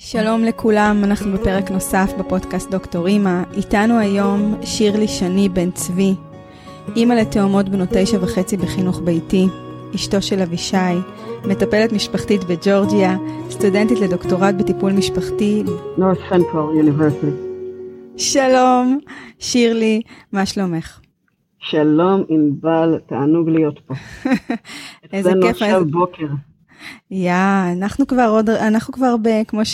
שלום לכולם, אנחנו בפרק נוסף בפודקאסט דוקטור אימא. איתנו היום שירלי שני בן צבי, אימא לתאומות בנות 9.5 בחינוך ביתי, אשתו של אבישי, מטפלת משפחתית בג'ורג'יה, סטודנטית לדוקטורט בטיפול משפחתי North Central University. שלום שירלי, מה שלומך? שלום ענבל, תענוג להיות פה. איזה כיף. עכשיו בוקר. אנחנו כבר כמו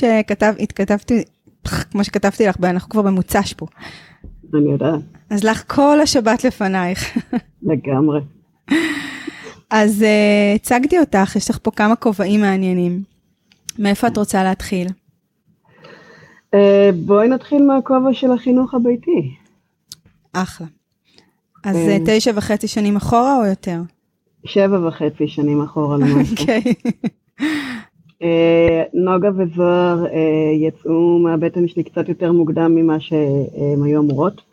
שכתבתי לך, אנחנו כבר במוצ"ש פה. אני יודעת. אז לך כל השבת לפנייך. לגמרי. אז הצגתי אותך, יש לך פה כמה כובעים מעניינים. מאיפה את רוצה להתחיל? בואי נתחיל מהכובע של החינוך הביתי. אחלה. אז 9.5 שנים אחורה או יותר? 7.5 שנים אחורה למעשה. אוקיי. נוגה וזוהר יצאו מהבטן שלי קצת יותר מוקדם ממה שהן היו אמורות.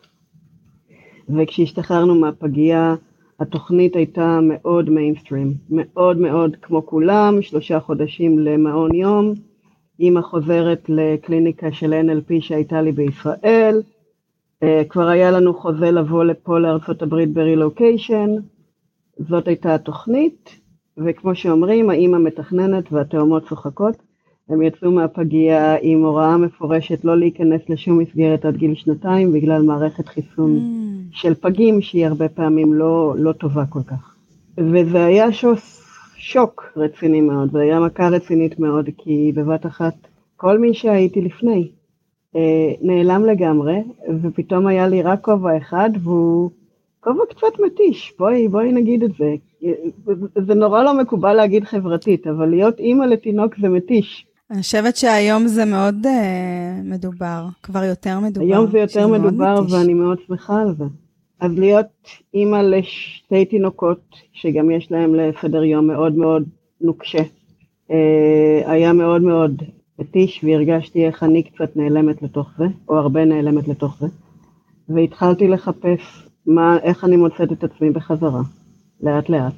וכשהשתחררנו מהפגייה, התוכנית הייתה מאוד מיינסטרים, מאוד מאוד כמו כולם, 3 חודשים למעון יום, אמא חוזרת לקליניקה של NLP שהייתה לי בישראל, כבר היה לנו חוזה לבוא לפה לארצות הברית ברילוקיישן, זאת הייתה התוכנית, וכמו שאומרים, האמא מתכננת והתאומות צוחקות, הם יצאו מהפגייה עם הוראה מפורשת לא להיכנס לשום מסגרת עד גיל 2 בגלל מערכת חיסון של פגים שהיא הרבה פעמים לא טובה כל כך. וזה היה שוק רציני מאוד, זה היה מכה רצינית מאוד, כי בבת אחת כל מי שהייתי לפני נעלם לגמרי, ופתאום היה לי רק כובע אחד, והוא כובע קצת מתיש, בואי נגיד את זה. זה נורא לא מקובל להגיד חברתית, אבל להיות אימא לתינוק זה מתיש. אני חושבת שהיום זה מאוד מדובר, כבר יותר מדובר. היום זה יותר מדובר ואני מאוד שמחה על זה. אז להיות אימא לשתי תינוקות, שגם יש להם לסדר יום מאוד מאוד נוקשה, היה מאוד מאוד מתיש, והרגשתי איך אני קצת נעלמת לתוך זה, או הרבה נעלמת לתוך זה, והתחלתי לחפש איך אני מוצאת את עצמי בחזרה, לאט לאט.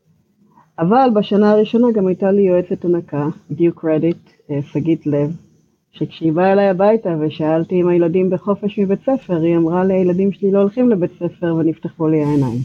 אבל בשנה הראשונה גם הייתה לי יועצת הנקה, דיוק קרדיט, שגית לב, שכשהיא באה אליי הביתה ושאלתי אם הילדים בחופש מבית ספר, היא אמרה לי, הילדים שלי לא הולכים לבית ספר ונפתחו לי העיניים.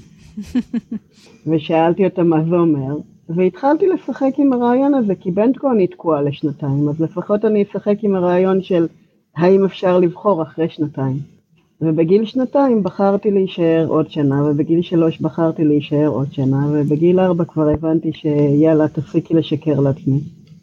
ושאלתי אותה מה זה אומר, והתחלתי לשחק עם הרעיון הזה, כי בין כה אני תקועה לשנתיים, אז לפחות אני אשחק עם הרעיון של האם אפשר לבחור אחרי 2. ובגיל 2 בחרתי להישאר עוד שנה, ובגיל 3 בחרתי להישאר עוד שנה, ובגיל 4 כבר הבנתי שיאללה, תפסיקי לשקר לעצמי.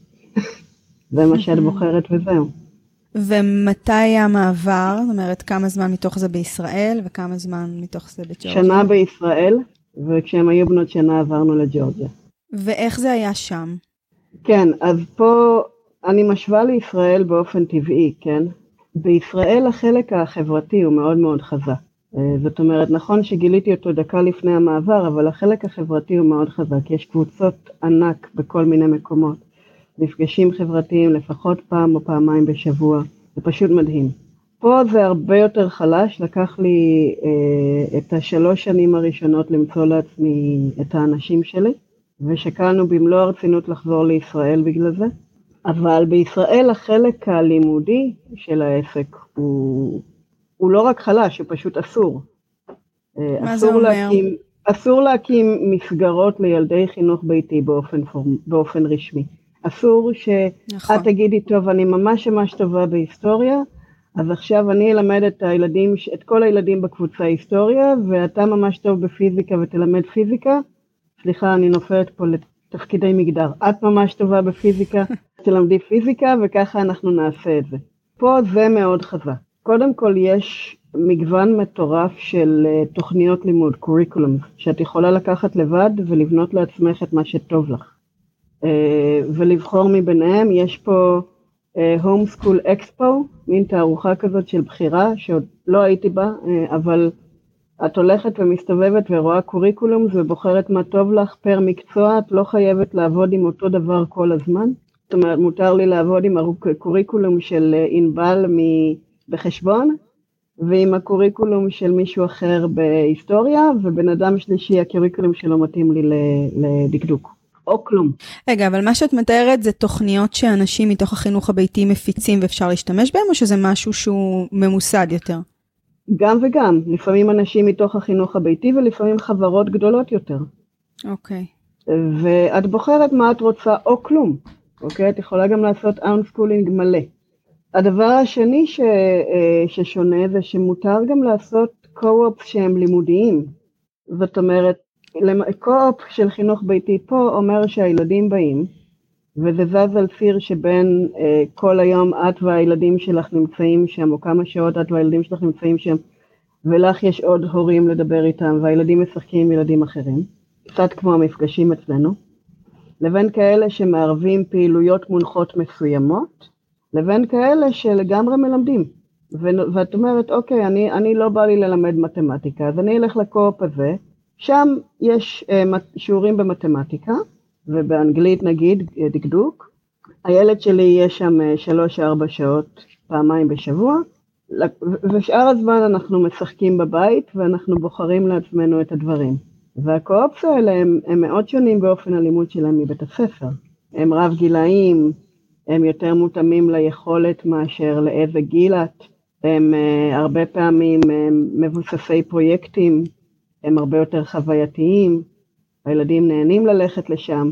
זה מה שאת בוחרת וזהו. ומתי המעבר? זאת אומרת, כמה זמן מתוך זה בישראל, וכמה זמן מתוך זה בג'ורג'יה? שנה בישראל, וכשהם היו בנות שנה עברנו לג'ורג'יה. ואיך זה היה שם? כן, אז פה אני משווה לישראל באופן טבעי, כן? בישראל החלק החברתי הוא מאוד מאוד חזק. זאת אומרת, נכון שגיליתי אותו דקה לפני המעבר, אבל החלק החברתי הוא מאוד חזק. יש קבוצות ענק בכל מיני מקומות. מפגשים חברתיים לפחות פעם או פעמיים בשבוע. זה פשוט מדהים. פה זה הרבה יותר חלש. לקח לי את 3 שנים הראשונות למצוא לעצמי את האנשים שלי. ושקלנו במלוא הרצינות לחזור לישראל בגלל זה. אבל בישראל החלק הלימודי של העסק הוא לא רק חלש, הוא פשוט אסור. מה זה אומר? אסור להקים מסגרות לילדי חינוך ביתי באופן רשמי. אסור שאת תגידי, טוב, אני ממש טובה בהיסטוריה, אז עכשיו אני אלמד את כל הילדים בקבוצה היסטוריה, ואתה ממש טוב בפיזיקה ותלמד פיזיקה. סליחה, אני נופלת פה לתפקידי מגדר. את ממש טובה בפיזיקה, תלמדי פיזיקה, וככה אנחנו נעשה את זה. פה זה מאוד חזק. קודם כל יש מגוון מטורף של תוכניות לימוד, קוריקולום, שאת יכולה לקחת לבד ולבנות לעצמך את מה שטוב לך. ולבחור מביניהם, יש פה הום סקול אקספו, מין תערוכה כזאת של בחירה, שעוד לא הייתי בה, אבל את הולכת ומסתובבת ורואה קוריקולום, ובוחרת מה טוב לך פר מקצוע, את לא חייבת לעבוד עם אותו דבר כל הזמן. זאת אומרת, מותר לי לעבוד עם הקוריקולום של ענבל בחשבון, ועם הקוריקולום של מישהו אחר בהיסטוריה, ובן אדם שלישי, הקוריקולום שלו מתאים לי לדקדוק. או כלום. רגע, אבל מה שאת מתארת זה תוכניות שאנשים מתוך החינוך הביתי מפיצים ואפשר להשתמש בהם, או שזה משהו שהוא ממוסד יותר? גם וגם, לפעמים אנשים מתוך החינוך הביתי ולפעמים חברות גדולות יותר. אוקיי. ואת בוחרת מה את רוצה או כלום, אוקיי? את יכולה גם לעשות אאונסקולינג מלא. הדבר השני ששונה זה שמותר גם לעשות קו-אופ שהם לימודיים. זאת אומרת, קו-אופ של חינוך ביתי פה אומר שהילדים באים, וזה זז על ציר שבין כל היום את והילדים שלך נמצאים שם, או כמה שעות את והילדים שלך נמצאים שם, ולך יש עוד הורים לדבר איתם, והילדים משחקים עם ילדים אחרים, קצת כמו המפגשים אצלנו, לבין כאלה שמערבים פעילויות מונחות מסוימות, לבין כאלה שלגמרי מלמדים. ואת אומרת, אוקיי, אני לא בא לי ללמד מתמטיקה, אז אני אלך לקו-אופ הזה, שם יש שיעורים במתמטיקה, ובאנגלית נגיד דקדוק, הילד שלי יהיה שם 3-4 שעות פעמיים בשבוע, ושאר הזמן אנחנו משחקים בבית, ואנחנו בוחרים לעצמנו את הדברים. והקו-אופס האלה הם מאוד שונים באופן הלימוד שלהם מבית הספר. הם רב גילאים, הם יותר מותאמים ליכולת מאשר לאיזה גיל את, הם הרבה פעמים מבוססי פרויקטים, הם הרבה יותר חווייתיים, הילדים נהנים ללכת לשם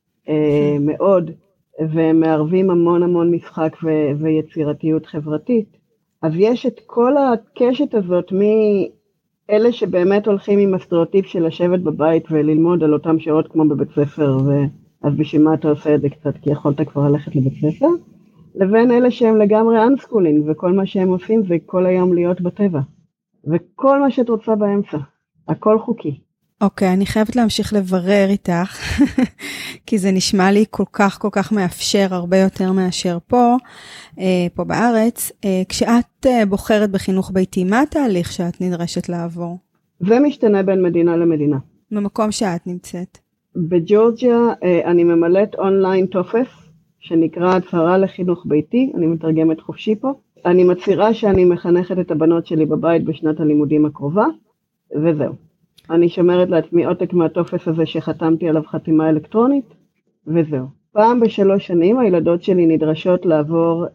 מאוד, והם מערבים המון משחק ויצירתיות חברתית. אז יש את כל הקשת הזאת מאלה שבאמת הולכים עם הסטריאוטיפ של לשבת בבית וללמוד על אותם שעות כמו בבית ספר, אז בשביל מה אתה עושה את זה קצת, כי יכולת כבר ללכת לבית ספר, לבין אלה שהם לגמרי אנסקולינג, וכל מה שהם עושים זה כל היום להיות בטבע. וכל מה שאת רוצה באמצע, הכל חוקי. אוקיי, אני חייבת להמשיך לברר איתך, כי זה נשמע לי כל כך מאפשר, הרבה יותר מאשר פה בארץ. כשאת בוחרת בחינוך ביתי, מה התהליך שאת נדרשת לעבור? זה משתנה בין מדינה למדינה. במקום שאת נמצאת. בג'ורג'יה אני ממלאת אונליין טופס, שנקרא הצהרה לחינוך ביתי, אני מתרגמת חופשי פה. אני מצהירה שאני מחנכת את הבנות שלי בבית בשנת הלימודים הקרובה, וזהו. אני שומרת לעצמי עותק מהטופס הזה שחתמתי עליו חתימה אלקטרונית, וזהו. פעם ב3 שנים הילדות שלי נדרשות לעבור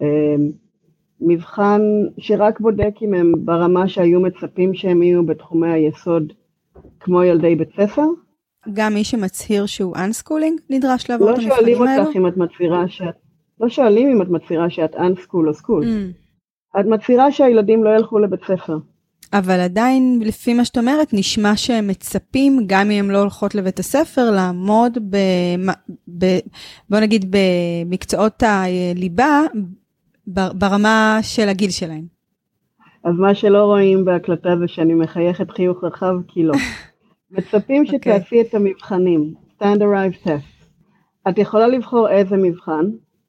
מבחן שרק בודק אם הם ברמה שהיו מצפים שהם יהיו בתחומי היסוד, כמו ילדי בית ספר. גם מי שמצהיר שהוא אנסקולינג נדרש לעבור את המבחנים האלו? לא שואלים אם את מצהירה שאת אנסקול או סקול. את מצהירה שהילדים לא ילכו לבית ספר. אבל עדיין, לפי מה שאת אומרת, נשמע שהם מצפים, גם אם הם לא הולכות לבית הספר, לעמוד בוא נגיד, במקצועות הליבה, ברמה של הגיל שלהם. אז מה שלא רואים בהקלטה זה שאני מחייכת חיוך רחב, כי לא. מצפים שתעשי את המבחנים, standardized test. את יכולה לבחור איזה מבחן,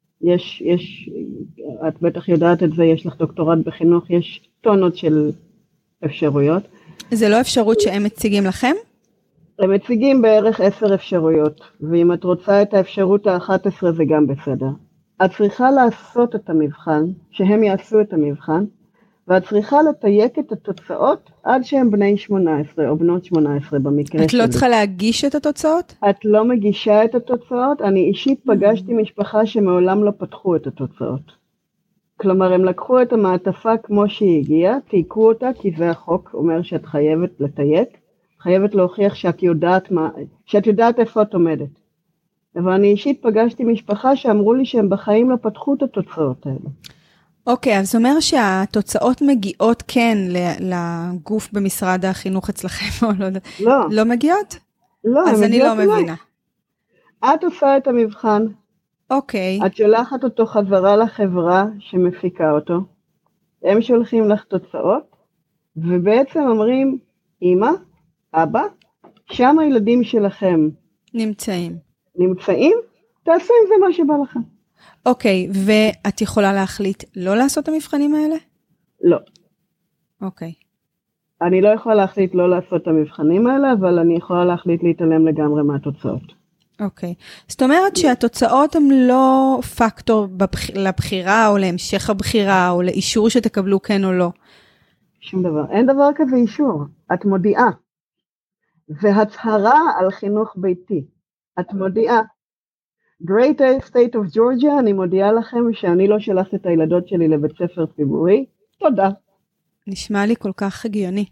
את בטח יודעת את זה, יש לך דוקטורט בחינוך, יש טונות של אפשרויות. זה לא אפשרות שהם מציגים לכם? הם מציגים בערך 10 אפשרויות, ואם את רוצה את האפשרות ה-11 זה גם בסדר. את צריכה לעשות את המבחן, שהם יעשו את המבחן, ואת צריכה לתייק את התוצאות עד שהם בני 18 או בנות 18 במקרה שלי. את לא צריכה להגיש את התוצאות? את לא מגישה את התוצאות. אני אישית פגשתי משפחה שמעולם לא פתחו את התוצאות. כלומר, הם לקחו את המעטפה כמו שהיא הגיעה, תייקו אותה, כי זה החוק אומר שאת חייבת לתייק, חייבת להוכיח שאת יודעת איפה את עומדת. אבל אני אישית פגשתי משפחה שאמרו לי שהם בחיים לא פתחו את התוצאות האלה. אוקיי, אז זה אומר שהתוצאות מגיעות כן לגוף במשרד החינוך אצלכם, או לא? לא מגיעות? לא, אז אני לא מבינה. את עושה את המבחן. אוקיי. את שולחת אותו חזרה לחברה שמפיקה אותו. הם שולחים לך תוצאות, ובעצם אומרים, אמא, אבא, שם הילדים שלכם נמצאים, תעשו עם זה מה שבא לכם. אוקיי, ואת יכולה להחליט לא לעשות את המבחנים האלה? לא. אוקיי. אני לא יכולה להחליט לא לעשות את המבחנים האלה, אבל אני יכולה להחליט להתעלם לגמרי מהתוצאות. אוקיי. זאת אומרת שהתוצאות הן לא פקטור לבחירה או להמשך הבחירה או לאישור שתקבלו כן או לא. שום דבר. אין דבר כזה אישור. את מודיעה. והצהרה על חינוך ביתי. את מודיעה. Great State of Georgia, אני מודיעה לכם שאני לא שלחת את הילדות שלי לבית ספר ציבורי, תודה. נשמע לי כל כך הגיוני.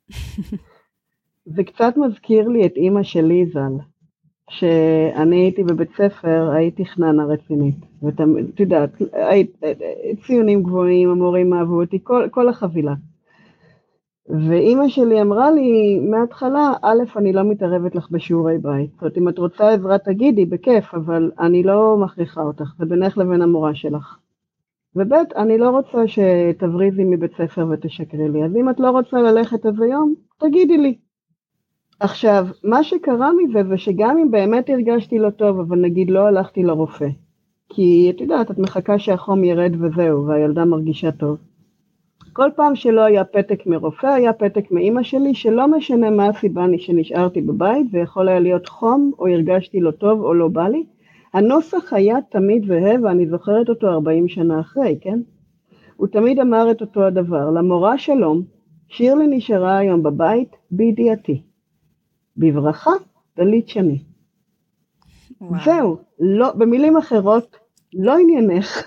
זה קצת מזכיר לי את אמא שלי ז"ל, שאני הייתי בבית ספר, הייתי חננה רצינית, ואת יודעת, ציונים גבוהים, המורים אהבו אותי, כל החבילה. ואמא שלי אמרה לי מההתחלה, א', אני לא מתערבת לך בשיעורי בית. זאת אומרת, אם את רוצה עזרה תגידי, בכיף, אבל אני לא מכריחה אותך, זה בינך לבין המורה שלך. וב', אני לא רוצה שתבריזי מבית ספר ותשקרי לי, אז אם את לא רוצה ללכת איזה יום, תגידי לי. עכשיו, מה שקרה מזה זה שגם אם באמת הרגשתי לא טוב, אבל נגיד לא הלכתי לרופא, כי את יודעת, את מחכה שהחום ירד וזהו, והילדה מרגישה טוב. כל פעם שלא היה פתק מרופא, היה פתק מאמא שלי, שלא משנה מה הסיבה שנשארתי בבית, זה יכול היה להיות חום, או הרגשתי לא טוב, או לא בא לי. הנוסח היה תמיד זהה, ואני זוכרת אותו 40 שנה אחרי, כן? הוא תמיד אמר את אותו הדבר, למורה שלום, שירלי נשארה היום בבית, בידיעתי. בברכה, דלית שני. זהו, לא, במילים אחרות, לא עניינך.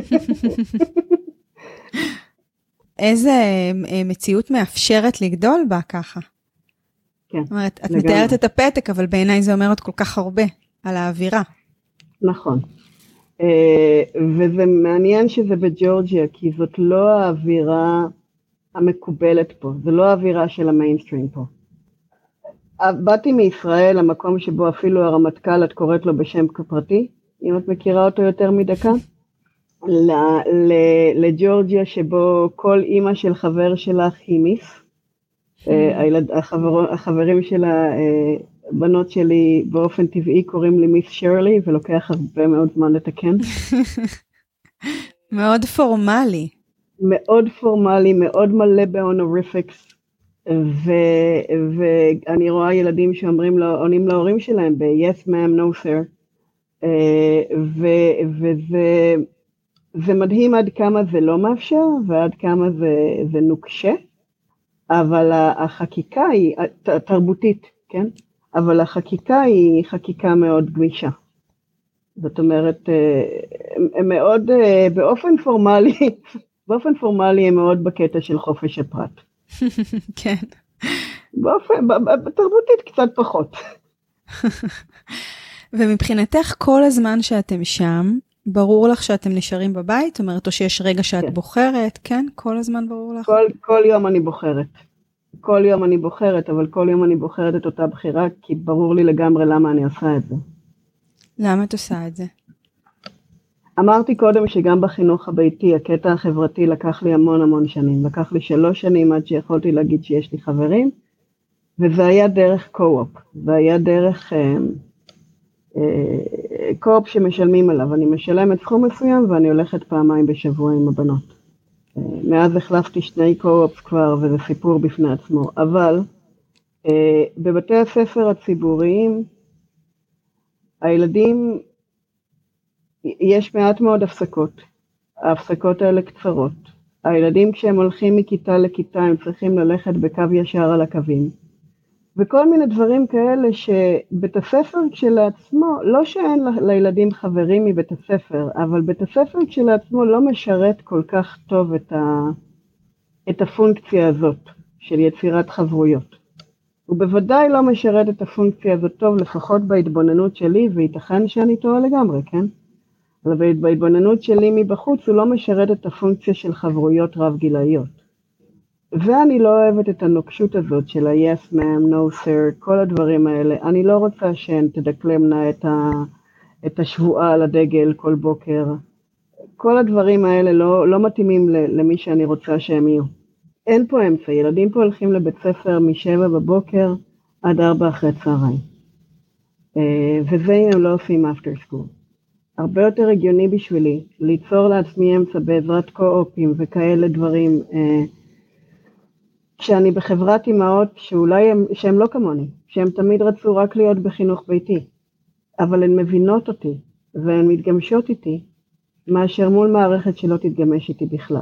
איזה מציאות מאפשרת לגדול בה ככה. כן, זאת אומרת, את מתארת את הפתק, אבל בעיניי זה אומר עוד כל כך הרבה על האווירה. נכון. וזה מעניין שזה בג'ורג'יה, כי זאת לא האווירה המקובלת פה, זה לא האווירה של המיינסטרים פה. באתי מישראל, המקום שבו אפילו הרמטכ"ל, את קוראת לו בשם פרטי, אם את מכירה אותו יותר מדקה, לג'ורג'יה שבו כל אימא של חבר שלך היא מיס, החברים של הבנות שלי באופן טבעי קוראים לי מיס שרלי, ולוקח הרבה מאוד זמן לתקן. מאוד פורמלי. מאוד פורמלי, מאוד מלא בהונוריפיקס, ואני רואה ילדים שאומרים עונים להורים שלהם ב-yes ma'am, no sir, וזה מדהים עד כמה זה לא מאפשר, ועד כמה זה נוקשה, אבל החקיקה היא תרבותית, כן? אבל החקיקה היא חקיקה מאוד גמישה. זאת אומרת, הם מאוד, באופן פורמלי הם מאוד בקטע של חופש הפרט. כן. תרבותית קצת פחות. ומבחינתך כל הזמן שאתם שם, ברור לך שאתם נשארים בבית? זאת אומרת, או שיש רגע שאת כן. בוחרת? כן, כל הזמן ברור לך? כל יום אני בוחרת. כל יום אני בוחרת, אבל כל יום אני בוחרת את אותה בחירה, כי ברור לי לגמרי למה אני עושה את זה. למה את עושה את זה? אמרתי קודם שגם בחינוך הביתי, הקטע החברתי לקח לי המון שנים. לקח לי 3 שנים עד שיכולתי להגיד שיש לי חברים, וזה היה דרך קו-אופ. זה היה דרך קו-אופ שמשלמים עליו. אני משלמת סכום מסוים ואני הולכת פעמיים בשבוע עם הבנות. מאז החלפתי 2 קו-אופס כבר, וזה סיפור בפני עצמו. אבל בבתי הספר הציבוריים, הילדים, יש מעט מאוד הפסקות. ההפסקות האלה קצרות. הילדים כשהם הולכים מכיתה לכיתה, הם צריכים ללכת בקו ישר על הקווים. וכל מיני דברים כאלה שבית הספר כשלעצמו, לא שאין לילדים חברים מבית הספר, אבל בית הספר כשלעצמו לא משרת כל כך טוב את הפונקציה הזאת של יצירת חברויות. הוא בוודאי לא משרת את הפונקציה הזאת טוב, לפחות בהתבוננות שלי, וייתכן שאני טועה לגמרי, כן? אבל בהתבוננות שלי מבחוץ הוא לא משרת את הפונקציה של חברויות רב גילאיות. ואני לא אוהבת את הנוקשות הזאת של ה-yes ma'am, no sir, כל הדברים האלה. אני לא רוצה שהן תדקלמנה את השבועה על הדגל כל בוקר. כל הדברים האלה לא מתאימים למי שאני רוצה שהם יהיו. אין פה אמצע, ילדים פה הולכים לבית ספר מ7 בבוקר עד 4 אחרי צהריים. וזה אם הם לא עושים after school. הרבה יותר הגיוני בשבילי ליצור לעצמי אמצע בעזרת קו-אופים וכאלה דברים, כשאני בחברת אמהות שהם לא כמוני, שהם תמיד רצו רק להיות בחינוך ביתי, אבל הן מבינות אותי והן מתגמשות איתי, מאשר מול מערכת שלא תתגמש איתי בכלל.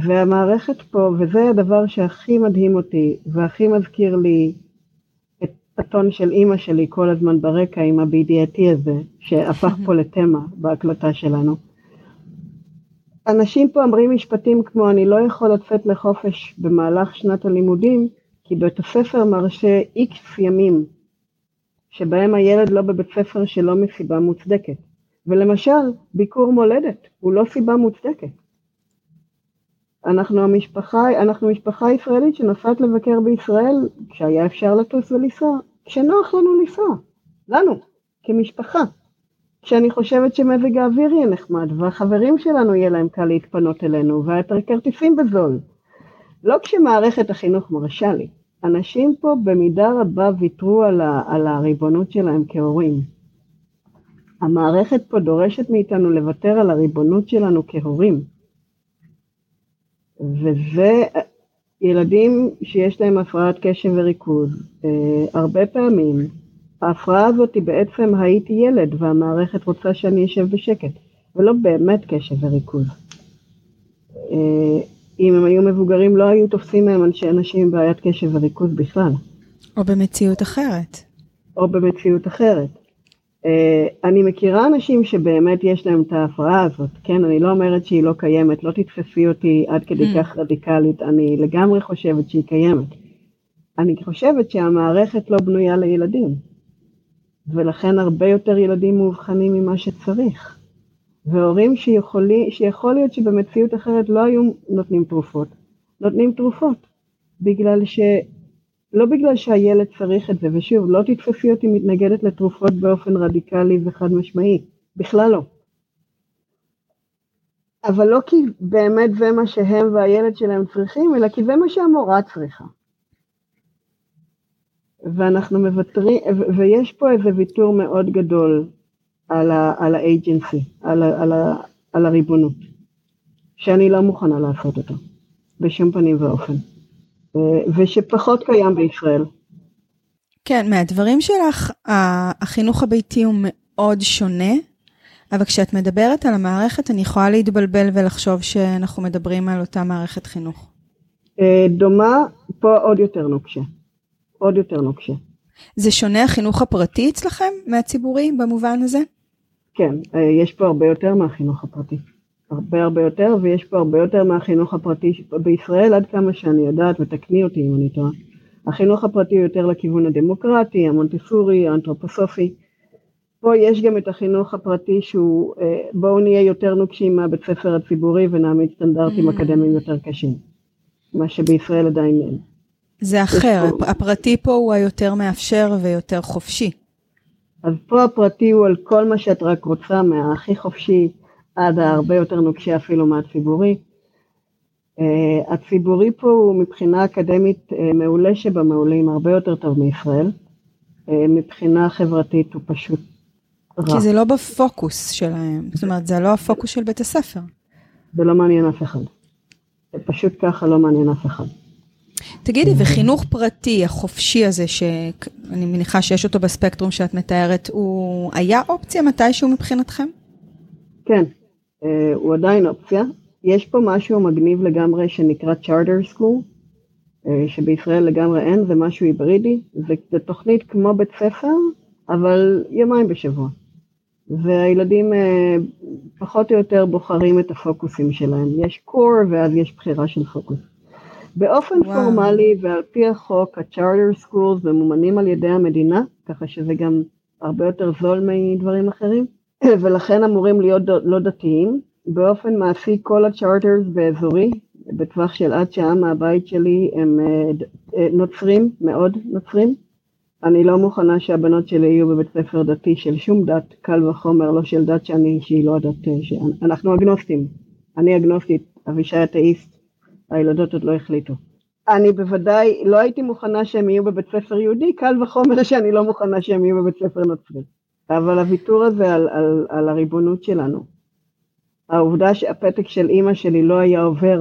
והמערכת פה, וזה הדבר שהכי מדהים אותי, והכי מזכיר לי הטון של אמא שלי כל הזמן ברקע עם ה-BDIT הזה, שהפך פה לתמה בהקלטה שלנו. אנשים פה אומרים משפטים כמו, אני לא יכול לצאת לחופש במהלך שנת הלימודים, כי בית הספר מרשה X ימים, שבהם הילד לא בבית ספר שלא מסיבה מוצדקת. ולמשל, ביקור מולדת, הוא לא סיבה מוצדקת. אנחנו משפחה ישראלית שנוסעת לבקר בישראל, כשהיה אפשר לטוס ולנסוע, כשנוח לנו לנסוע, לנו, כמשפחה. כשאני חושבת שמזג האוויר יהיה נחמד, והחברים שלנו יהיה להם קל להתפנות אלינו, והכרטיסים בזול. לא כשמערכת החינוך מרשה לי. אנשים פה במידה רבה ויתרו על הריבונות שלהם כהורים. המערכת פה דורשת מאיתנו לוותר על הריבונות שלנו כהורים. וזה ילדים שיש להם הפרעת קשב וריכוז. הרבה פעמים ההפרעה הזאת היא בעצם הייתי ילד והמערכת רוצה שאני אשב בשקט, ולא באמת קשב וריכוז. אם הם היו מבוגרים לא היו תופסים מהם אנשים עם בעיית קשב וריכוז בכלל. או במציאות אחרת. אני מכירה אנשים שבאמת יש להם את ההפרעה הזאת, כן, אני לא אומרת שהיא לא קיימת, לא תתפסי אותי עד כדי כך רדיקלית, אני לגמרי חושבת שהיא קיימת. אני חושבת שהמערכת לא בנויה לילדים, ולכן הרבה יותר ילדים מאובחנים ממה שצריך. והורים שיכול להיות שבמציאות אחרת לא היו נותנים תרופות, לא בגלל שהילד צריך את זה, ושוב, לא תתפסי אותי מתנגדת לתרופות באופן רדיקלי וחד משמעי, בכלל לא. אבל לא כי באמת זה מה שהם והילד שלהם צריכים, אלא כי זה מה שהמורה צריכה. ואנחנו מוותרים, ויש פה איזה ויתור מאוד גדול על האג'נסי, על הריבונות, שאני לא מוכנה לעשות אותו, בשום פנים ואופן. ושפחות קיים בישראל. כן, מהדברים שלך, החינוך הביתי הוא מאוד שונה, אבל כשאת מדברת על המערכת, אני יכולה להתבלבל ולחשוב שאנחנו מדברים על אותה מערכת חינוך. דומה, פה עוד יותר נוקשה. זה שונה החינוך הפרטי אצלכם מהציבורי במובן הזה? כן, יש פה הרבה יותר מהחינוך הפרטי. הרבה יותר, ויש פה הרבה יותר מהחינוך הפרטי בישראל, עד כמה שאני יודעת, ותקני אותי אם אני טועה. החינוך הפרטי הוא יותר לכיוון הדמוקרטי, המונטסורי, האנתרופוסופי. פה יש גם את החינוך הפרטי שהוא, בואו נהיה יותר נוקשים מהבית ספר הציבורי, ונעמיד סטנדרטים אקדמיים יותר קשים. מה שבישראל עדיין אין. זה אחר, הפרטי פה הוא היותר מאפשר ויותר חופשי. אז פה הפרטי הוא על כל מה שאת רק רוצה, מהכי חופשי, עד הרבה יותר נוקשה אפילו מהציבורי. הציבורי פה הוא מבחינה אקדמית מעולה שבמעולים, הרבה יותר טוב מישראל. מבחינה חברתית הוא פשוט רע. כי זה לא בפוקוס שלהם, זאת אומרת, זה לא הפוקוס של בית הספר. זה לא מעניין אף אחד. זה פשוט ככה לא מעניין אף אחד. תגידי, וחינוך פרטי, החופשי הזה, שאני מניחה שיש אותו בספקטרום שאת מתארת, הוא היה אופציה מתישהו מבחינתכם? כן, הוא עדיין אופציה. יש פה משהו מגניב לגמרי שנקרא Charter School, שבישראל לגמרי אין, זה משהו היברידי, זה תוכנית כמו בית ספר, אבל יומיים בשבוע. והילדים פחות או יותר בוחרים את הפוקוסים שלהם. יש קור ואז יש בחירה של פוקוס. באופן פורמלי ועל פי החוק, ה-Charter Schools ממומנים על ידי המדינה, ככה שזה גם הרבה יותר זול מדברים אחרים, ולכן אמורים להיות לא דתיים. באופן מעשי כל ה-Charters באזורי, בטווח של עד שעה מהבית שלי, הם נוצרים, מאוד נוצרים. אני לא מוכנה שהבנות שלי יהיו בבית ספר דתי של שום דת, קל וחומר, לא של דת שהיא לא הדת, אנחנו אגנוסטים. אני אגנוסטית, אבישי אתאיסט, הילדות עוד לא החליטו. אני בוודאי לא הייתי מוכנה שהם יהיו בבית ספר יהודי, קל וחומר שאני לא מוכנה שהם יהיו בבית ספר נוצרי. אבל הוויתור הזה על הריבונות שלנו, העובדה שהפתק של אמא שלי לא היה עובר,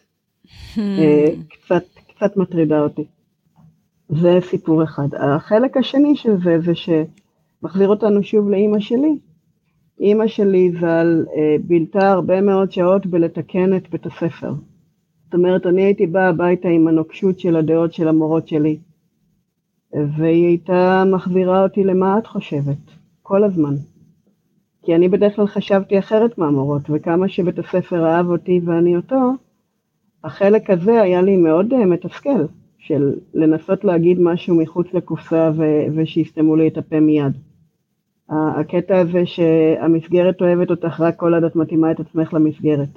קצת מטרידה אותי. זה סיפור אחד. החלק השני של זה שמחזיר אותנו שוב לאמא שלי. אמא שלי בילתה הרבה מאוד שעות בלתקן את בית הספר. זאת אומרת, אני הייתי באה הביתה עם הנוקשות של הדעות של המורות שלי. והיא הייתה מחזירה אותי למה את חושבת, כל הזמן. כי אני בדרך כלל חשבתי אחרת מהמורות, וכמה שבית הספר אהב אותי ואני אותו, החלק הזה היה לי מאוד מתסכל, של לנסות להגיד משהו מחוץ לקופסה ושיסתמו לי את הפה מיד. הקטע הזה שהמסגרת אוהבת אותך רק כל עד את מתאימה את עצמך למסגרת.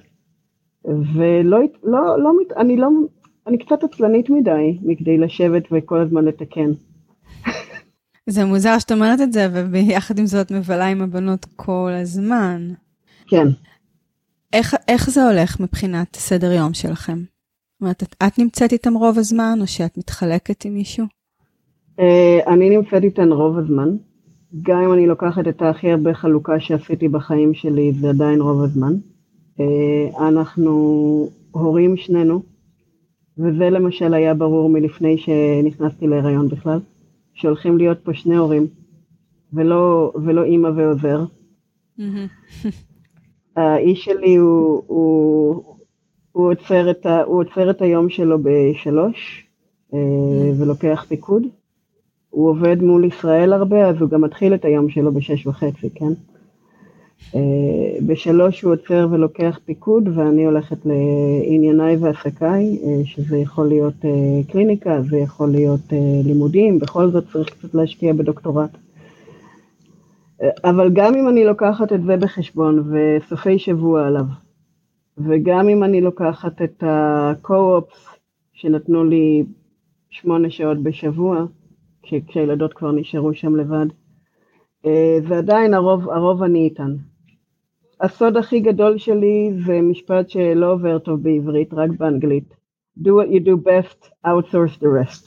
אני קצת עצלנית מדי, מכדי לשבת וכל הזמן לתקן. זה מוזר שאת אומרת את זה, וביחד עם זאת מבלה עם הבנות כל הזמן. כן. איך זה הולך מבחינת סדר יום שלכם? זאת אומרת, את נמצאת איתם רוב הזמן, או שאת מתחלקת עם מישהו? אני נמצאת איתן רוב הזמן. גם אם אני לוקחת את הכי הרבה חלוקה שעשיתי בחיים שלי, זה עדיין רוב הזמן. אנחנו הורים שנינו, וזה למשל היה ברור מלפני שנכנסתי להיריון בכלל, שהולכים להיות פה שני הורים, ולא אימא ועוזר. האיש שלי הוא עוצר את היום שלו ב3, ולוקח פיקוד. הוא עובד מול ישראל הרבה, אז הוא גם מתחיל את היום שלו ב6:30, כן? ב3 הוא עוצר ולוקח פיקוד, ואני הולכת לענייניי ועסקיי, שזה יכול להיות קליניקה, זה יכול להיות לימודים, בכל זאת צריך קצת להשקיע בדוקטורט. אבל גם אם אני לוקחת את זה בחשבון, וסופי שבוע עליו, וגם אם אני לוקחת את הקו-אופס שנתנו לי 8 שעות בשבוע, כשהילדות כבר נשארו שם לבד, ועדיין הרוב אני איתן. הסוד הכי גדול שלי זה משפט שלא עובר טוב בעברית, רק באנגלית. Do what you do best, outsource the rest.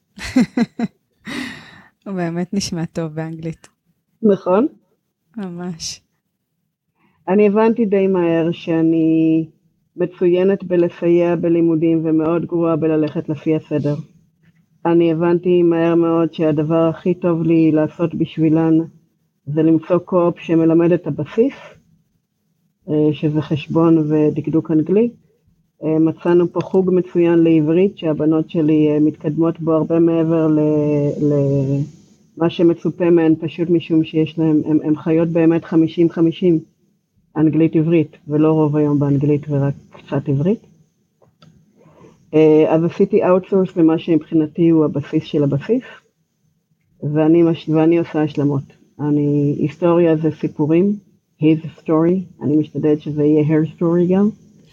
הוא באמת נשמע טוב באנגלית. נכון? ממש. אני הבנתי די מהר שאני מצוינת בלסייע בלימודים ומאוד גרועה בללכת לפי הסדר. אני הבנתי מהר מאוד שהדבר הכי טוב לי לעשות בשבילן זה למצוא קו-אופ שמלמד את הבסיס, שזה חשבון ודקדוק אנגלי. מצאנו פה חוג מצוין לעברית שהבנות שלי מתקדמות בו הרבה מעבר למה שמצופה מהן, פשוט משום שיש להם, הן חיות באמת 50-50 אנגלית עברית, ולא רוב היום באנגלית ורק קצת עברית. אז עשיתי outsource למה שמבחינתי הוא הבסיס של הבסיס, ואני עושה השלמות. היסטוריה זה סיפורים, his story, אני משתדלת שזה יהיה her story גם.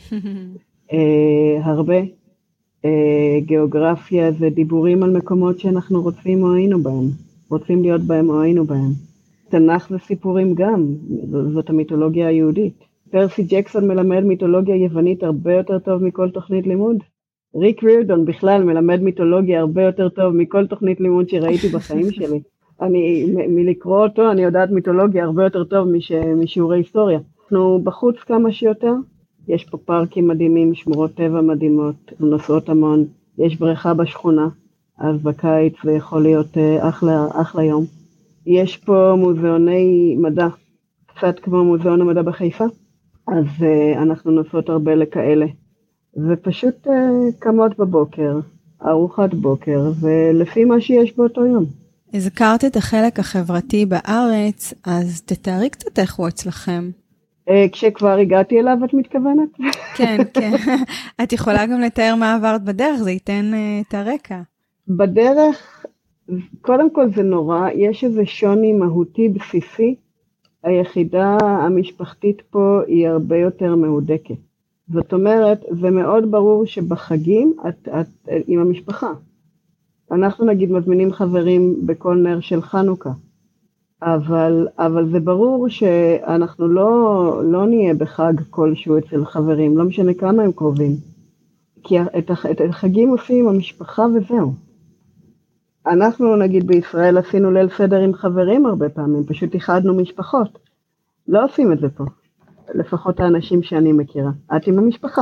הרבה. גיאוגרפיה זה דיבורים על מקומות שאנחנו רוצים או היינו בהם, רוצים להיות בהם או היינו בהם. תנ"ך זה סיפורים גם, זאת המיתולוגיה היהודית. פרסי ג'קסון מלמד מיתולוגיה יוונית הרבה יותר טוב מכל תוכנית לימוד. ריק רירדון בכלל מלמד מיתולוגיה הרבה יותר טוב מכל תוכנית לימוד שראיתי בחיים שלי. מלקרוא אותו אני יודעת מיתולוגיה הרבה יותר טוב משיעורי היסטוריה. אנחנו בחוץ כמה שיותר, יש פה פארקים מדהימים, שמורות טבע מדהימות, נוסעות המון, יש בריכה בשכונה, אז בקיץ זה יכול להיות אחלה יום. יש פה מוזיאוני מדע, קצת כמו מוזיאון המדע בחיפה, אז אנחנו נוסעות הרבה לכאלה. ופשוט קמות בבוקר, ארוחת בוקר, ולפי מה שיש באותו יום. הזכרת את החלק החברתי בארץ, אז תתארי קצת איך הוא אצלכם. כשכבר הגעתי אליו, את מתכוונת? כן, כן. את יכולה גם לתאר מה עברת בדרך, זה ייתן את הרקע. בדרך, קודם כל זה נורא, יש איזה שוני מהותי בסיסי, היחידה המשפחתית פה היא הרבה יותר מהודקת. זאת אומרת, זה מאוד ברור שבחגים את עם המשפחה. אנחנו נגיד מזמינים חברים בכל נר של חנוכה, אבל זה ברור שאנחנו לא נהיה בחג כלשהו אצל חברים, לא משנה כמה הם קרובים. כי את החגים עושים עם המשפחה וזהו. אנחנו נגיד בישראל עשינו ליל סדר עם חברים הרבה פעמים, פשוט איחדנו משפחות. לא עושים את זה פה. לפחות האנשים שאני מכירה, את עם המשפחה.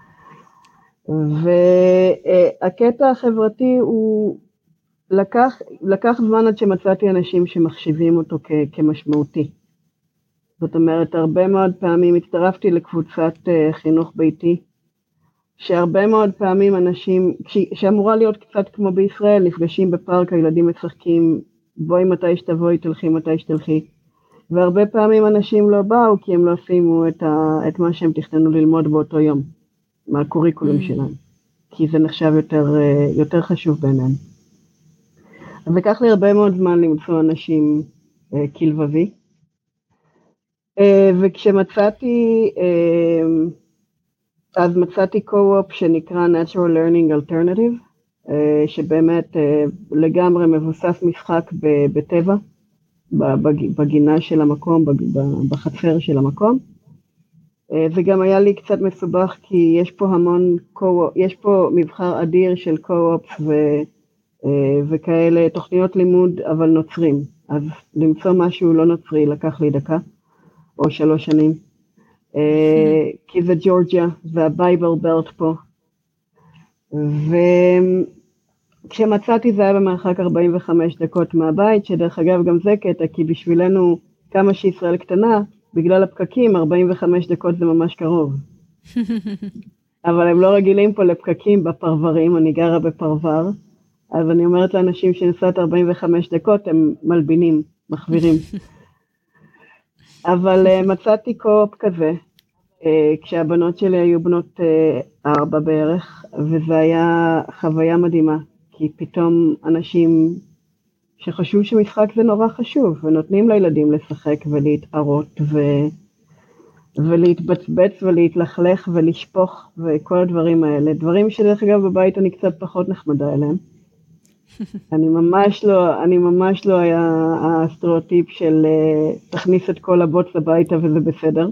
והקטע החברתי הוא לקח זמן עד שמצאתי אנשים שמחשיבים אותו כמשמעותי. זאת אומרת, הרבה מאוד פעמים הצטרפתי לקבוצת חינוך ביתי, שהרבה מאוד פעמים אנשים, שאמורה להיות קצת כמו בישראל, נפגשים בפארק, הילדים משחקים, בואי מתי שתבואי, תלכי מתי שתלכי. והרבה פעמים אנשים לא באו כי הם לא סיימו את מה שהם תכננו ללמוד באותו יום, מהקוריקולום שלהם, כי זה נחשב יותר חשוב בעיניהם. אז לקח לי הרבה מאוד זמן למצוא אנשים כלבבי, וכשמצאתי, אז מצאתי קו-אופ שנקרא Natural Learning Alternative, שבאמת לגמרי מבוסס משחק בטבע, בגינה של המקום, בחצר של המקום. וגם היה לי קצת מסובך כי יש פה יש פה מבחר אדיר של קו-אופס וכאלה תוכניות לימוד אבל נוצרים. אז למצוא משהו לא נוצרי לקח לי דקה או 3 שנים. כי זה ג'ורג'יה, זה הבייבל בלט פה. כשמצאתי זה היה במרחק 45 דקות מהבית, שדרך אגב גם זה קטע, כי בשבילנו כמה שישראל קטנה, בגלל הפקקים 45 דקות זה ממש קרוב. אבל הם לא רגילים פה לפקקים בפרברים, אני גרה בפרבר, אז אני אומרת לאנשים שנסעת 45 דקות, הם מלבינים, מחבירים. אבל מצאתי קו-אופ כזה, כשהבנות שלי היו בנות 4 בערך, וזה היה חוויה מדהימה. כי פתאום אנשים שחשבו שמשחק זה נורא חשוב, ונותנים לילדים לשחק ולהתערות ולהתבצבץ ולהתלכלך ולשפוך וכל הדברים האלה. דברים שדרך אגב בבית אני קצת פחות נחמדה אליהם. אני ממש לא היה הסטריאוטיפ של תכניס את כל הבוץ הביתה וזה בסדר.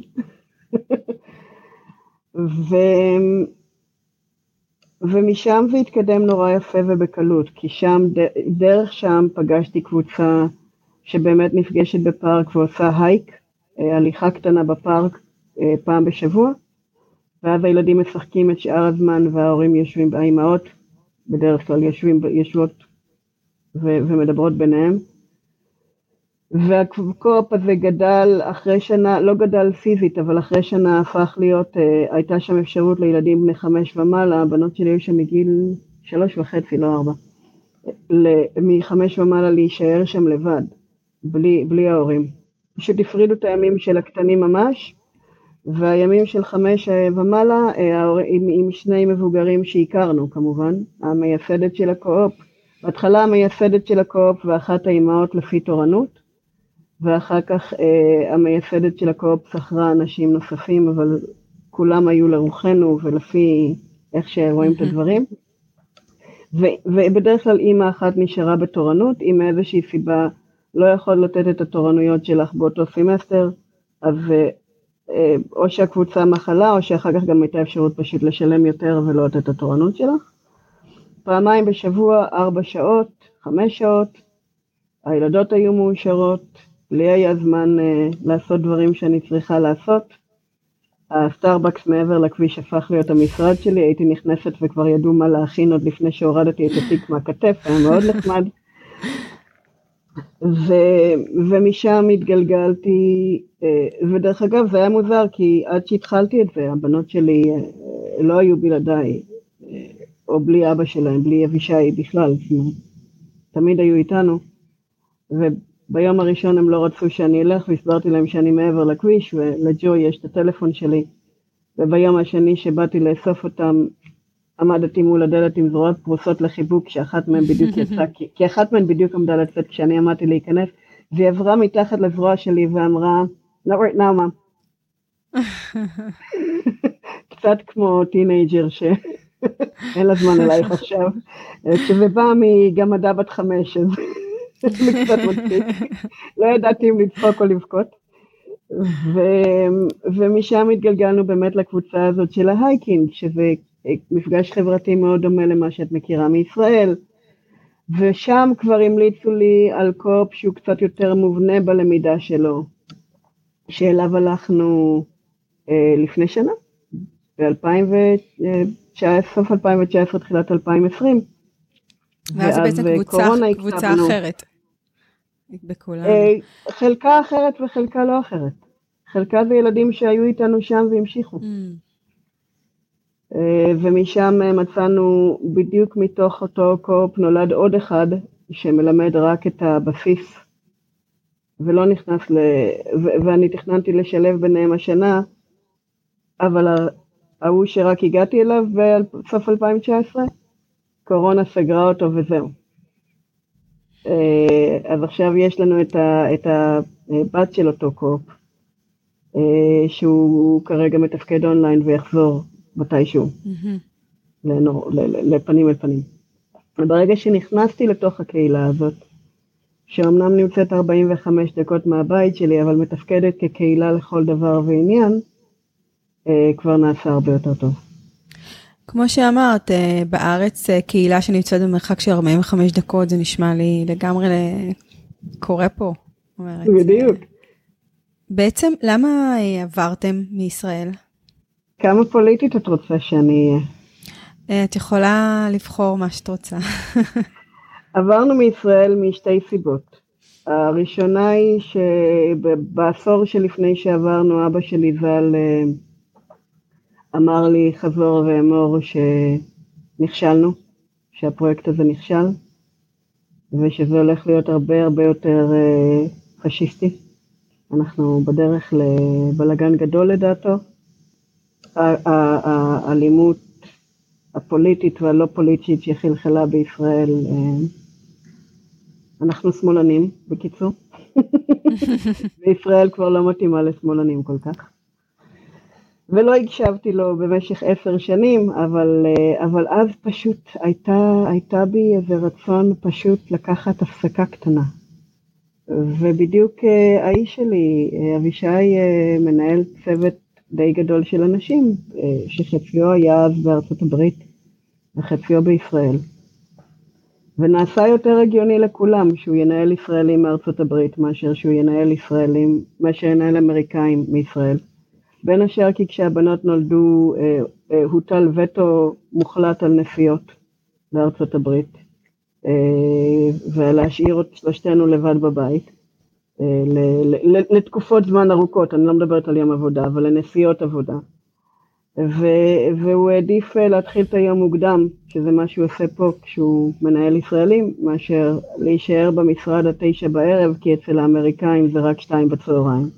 ומשם זה התקדם נורא יפה ובקלות, כי דרך שם פגשתי קבוצה שבאמת נפגשת בפארק ועושה הייק, הליכה קטנה בפארק פעם בשבוע, ואז הילדים משחקים את שאר הזמן וההורים יושבים, האימהות בדרך כלל יושבות ומדברות ביניהם. והקו-אופ הזה גדל אחרי שנה, לא גדל פיזית, אבל אחרי שנה הפך להיות, הייתה שם אפשרות לילדים בני 5 ומעלה, הבנות שלי היו שם מגיל 3.5, לא 4, מ5 ומעלה להישאר שם לבד, בלי ההורים. פשוט הפרידו את הימים של הקטנים ממש, והימים של 5 ומעלה, עם 2 מבוגרים שהכרנו כמובן, המייסדת של הקו-אופ, בהתחלה המייסדת של הקו-אופ ואחת האימהות לפי תורנות, ואחר כך המייסדת של הקו-אופ שכרה אנשים נוספים, אבל כולם היו לרוחנו ולפי איך שרואים את הדברים. ובדרך כלל אימא אחת נשארה בתורנות, אם מאיזושהי סיבה לא יכול לתת את התורנויות שלך באותו סמסטר, אז או שהקבוצה מחלה, או שאחר כך גם הייתה אפשרות פשוט לשלם יותר ולא לתת את התורנות שלך. פעמיים בשבוע, 4 שעות, 5 שעות, הילדות היו מאושרות, לי היה זמן לעשות דברים שאני צריכה לעשות. הסטארבקס מעבר לכביש הפך להיות המשרד שלי, הייתי נכנסת וכבר ידעו מה להכין עוד לפני שהורדתי את התיק מהכתף, היה מאוד נחמד. ומשם התגלגלתי, ודרך אגב זה היה מוזר, כי עד שהתחלתי את זה, הבנות שלי לא היו בלעדיי, או בלי אבא שלהם, בלי אבישי בכלל, תמיד היו איתנו, וביום הראשון הם לא רצו שאני אלך, והסברתי להם שאני מעבר לכביש, ולג'וי יש את הטלפון שלי, וביום השני שבאתי לאסוף אותם, עמדתי מול הדלת עם זרועות פרוסות לחיבוק, שאחת מהן בדיוק יצאה, כי אחת מהן בדיוק עמדה לצאת כשאני עמדתי להיכנס, והיא עברה מתחת לזרוע שלי ואמרה, not right now, mom. קצת כמו טינאג'ר שאין לה זמן אלייך עכשיו, שזה בא מגמדה בת 5, אז זה קצת מצחיק, לא ידעתי אם לצחוק או לבכות, ומשם התגלגלנו באמת לקבוצה הזאת של ההייקינג, שזה מפגש חברתי מאוד דומה למה שאת מכירה מישראל, ושם כבר המליצו לי על קו-אופ שהוא קצת יותר מובנה בלמידה שלו, שאליו הלכנו לפני שנה, סוף 2019, תחילת 2020. ואז בעצם קבוצה אחרת. חלקה אחרת וחלקה לא אחרת. חלקה זה ילדים שהיו איתנו שם והמשיכו. ומשם מצאנו בדיוק מתוך אותו קורפ נולד עוד אחד שמלמד רק את הבסיס ולא נכנס ואני תכננתי לשלב ביניהם השנה, אבל ההוא שרק הגעתי אליו בסוף 2019, קורונה סגרה אותו וזהו. אז עכשיו יש לנו את הבת של אותו קורפ, שהוא כרגע מתפקד אונליין ויחזור מתישהו, לפנים אל פנים. וברגע שנכנסתי לתוך הקהילה הזאת, שאומנם נמצאת 45 דקות מהבית שלי, אבל מתפקדת כקהילה לכל דבר ועניין, כבר נעשה הרבה יותר טוב. כמו שאמרת, בארץ קהילה שנמצאת במרחק של 45 דקות, זה נשמע לי לגמרי קורה פה. בדיוק. בעצם, למה עברתם מישראל? כמה פוליטית את רוצה שאני אהיה? את יכולה לבחור מה שאת רוצה. עברנו מישראל משתי סיבות. הראשונה היא שבעשור שלפני שעברנו, אבא שלי ז"ל אמר לי חזור ואמור שנכשלנו, שהפרויקט הזה נכשל, ושזה הולך להיות הרבה הרבה יותר פשיסטי. אנחנו בדרך לבלגן גדול לדעתו. האלימות הפוליטית והלא פוליטית שחלחלה בישראל, אנחנו שמאלנים בקיצור. וישראל כבר לא מתאימה לשמאלנים כל כך. ולא הקשבתי לו במשך 10 שנים, אבל אז פשוט הייתה בי איזה רצון פשוט לקחת הפסקה קטנה. ובדיוק האיש שלי, אבישי, מנהל צוות די גדול של אנשים, שחציו היה אז בארצות הברית, וחציו בישראל. ונעשה יותר הגיוני לכולם שהוא ינהל ישראלים מארצות הברית, מאשר שהוא ינהל אמריקאים מישראל. בין השאר כי כשהבנות נולדו, הוטל וטו מוחלט על נסיעות לארצות הברית, ולהשאיר את שלושתנו לבד בבית, לתקופות זמן ארוכות, אני לא מדברת על יום עבודה, אבל לנסיעות עבודה. והוא העדיף להתחיל את היום מוקדם, שזה מה שהוא עושה פה כשהוא מנהל ישראלים, מאשר להישאר במשרד 9 בערב, כי אצל האמריקאים זה רק 2 בצהריים.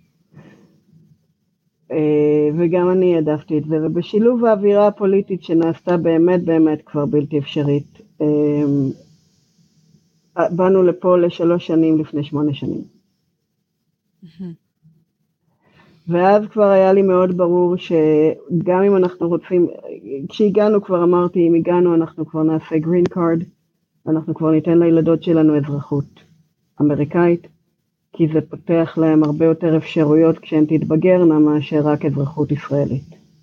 וגם אני העדפתי את זה, ובשילוב האווירה הפוליטית שנעשתה באמת באמת כבר בלתי אפשרית, באנו לפה ל3 שנים לפני 8 שנים. ואז כבר היה לי מאוד ברור שגם אם אנחנו רוצים, כשהגענו כבר אמרתי, אם הגענו אנחנו כבר נעשה גרין קארד, אנחנו כבר ניתן לילדות שלנו אזרחות אמריקאית, כי זה פותח להם הרבה יותר אפשרויות כשהן תתבגרנה מאשר רק אזרחות ישראלית.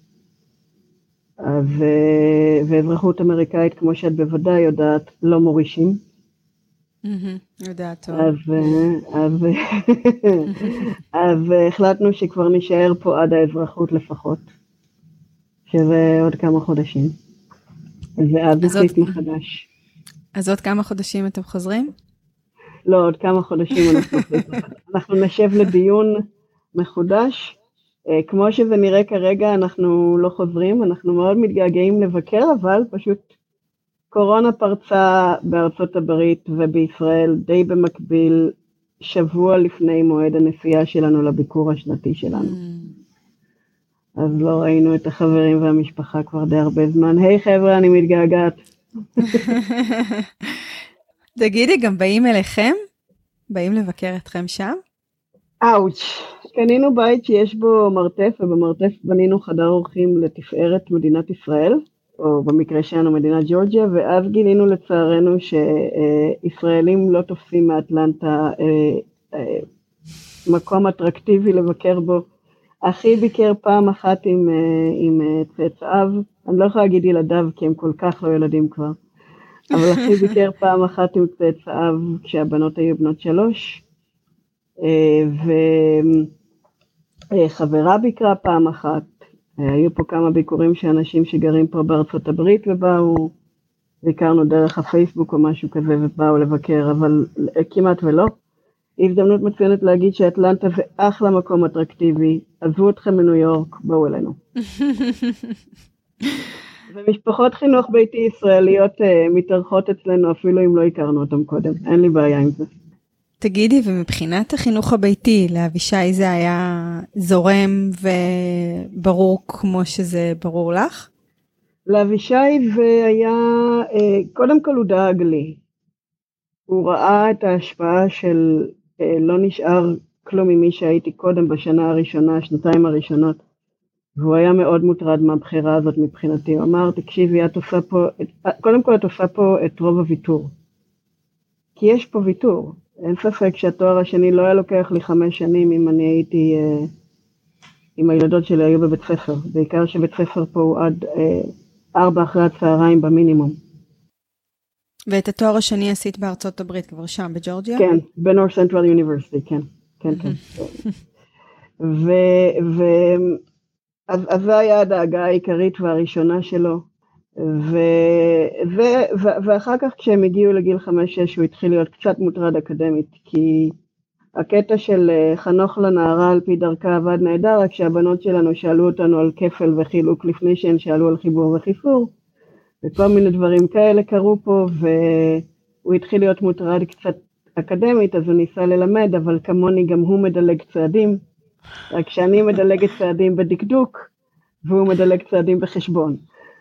ואזרחות אמריקאית, כמו שאת בוודאי יודעת, לא מורישים. יודעת טוב. אז החלטנו שכבר נשאר פה עד האזרחות לפחות, שזה עוד כמה חודשים. ואז נחליט מחדש. אז עוד כמה חודשים אתם חוזרים? לא, עוד כמה חודשים אנחנו נשב לדיון מחודש. כמו שזה נראה כרגע, אנחנו לא חוזרים, אנחנו מאוד מתגעגעים לבקר, אבל פשוט קורונה פרצה בארצות הברית ובישראל די במקביל, שבוע לפני מועד הנסיעה שלנו לביקור השנתי שלנו. אז לא ראינו את החברים והמשפחה כבר די הרבה זמן. היי חבר'ה, אני מתגעגעת. תגידי, גם באים אליכם? באים לבקר אתכם שם? אאוץ'. קנינו בית שיש בו מרתף, ובמרתף בנינו חדר אורחים לתפארת מדינת ישראל, או במקרה שלנו מדינת ג'ורג'יה, ואז גילינו לצערנו שישראלים לא תופסים מאטלנטה מקום אטרקטיבי לבקר בו. אחי ביקר פעם אחת עם צאצאיו, אני לא יכולה להגיד ילדיו כי הם כל כך לא ילדים כבר, אבל אחי ביקר פעם אחת עם צאצאיו כשהבנות היו בנות 3, וחברה ביקרה פעם אחת. היו פה כמה ביקורים שאנשים שגרים פה בארצות הברית ובאו, ביקרנו דרך הפייסבוק או משהו כזה ובאו לבקר, אבל כמעט ולא. הזדמנות מצוינת להגיד שאטלנטה זה אחלה מקום אטרקטיבי, עזבו אתכם מניו יורק, בואו אלינו. ומשפחות חינוך ביתי ישראליות מתארחות אצלנו אפילו אם לא הכרנו אותם קודם, אין לי בעיה עם זה. תגידי, ומבחינת החינוך הביתי, לאבישי זה היה זורם וברור כמו שזה ברור לך? לאבישי זה היה, קודם כל הוא דאג לי. הוא ראה את ההשפעה של לא נשאר כלום ממי שהייתי קודם בשנה הראשונה, שנתיים הראשונות. והוא היה מאוד מוטרד מהבחירה הזאת מבחינתי. הוא אמר, תקשיבי, את עושה פה, קודם כל את עושה פה את רוב הוויתור. כי יש פה ויתור. אין ספק שהתואר השני לא היה לוקח לי 5 שנים אם אני הייתי, אם הילדות שלי היו בבית ספר. בעיקר שבית ספר פה הוא עד 4 אחרי הצהריים במינימום. ואת התואר השני עשית בארצות הברית כבר שם, בג'ורג'יה? כן, בנור סנטרל יוניברסיטי, כן. כן, כן. אז זה היה הדאגה העיקרית והראשונה שלו, ואחר כך כשהם הגיעו לגיל 5-6 הוא התחיל להיות קצת מוטרד אקדמית, כי הקטע של חנוך לנערה על פי דרכה עבד נהדר, רק שהבנות שלנו שאלו אותנו על כפל וחילוק לפני שהן שאלו על חיבור וחיסור, וכל מיני דברים כאלה קרו פה, והוא התחיל להיות מוטרד קצת אקדמית, אז הוא ניסה ללמד, אבל כמוני גם הוא מדלג צעדים, רק שאני מדלגת צעדים בדקדוק, והוא מדלג צעדים בחשבון.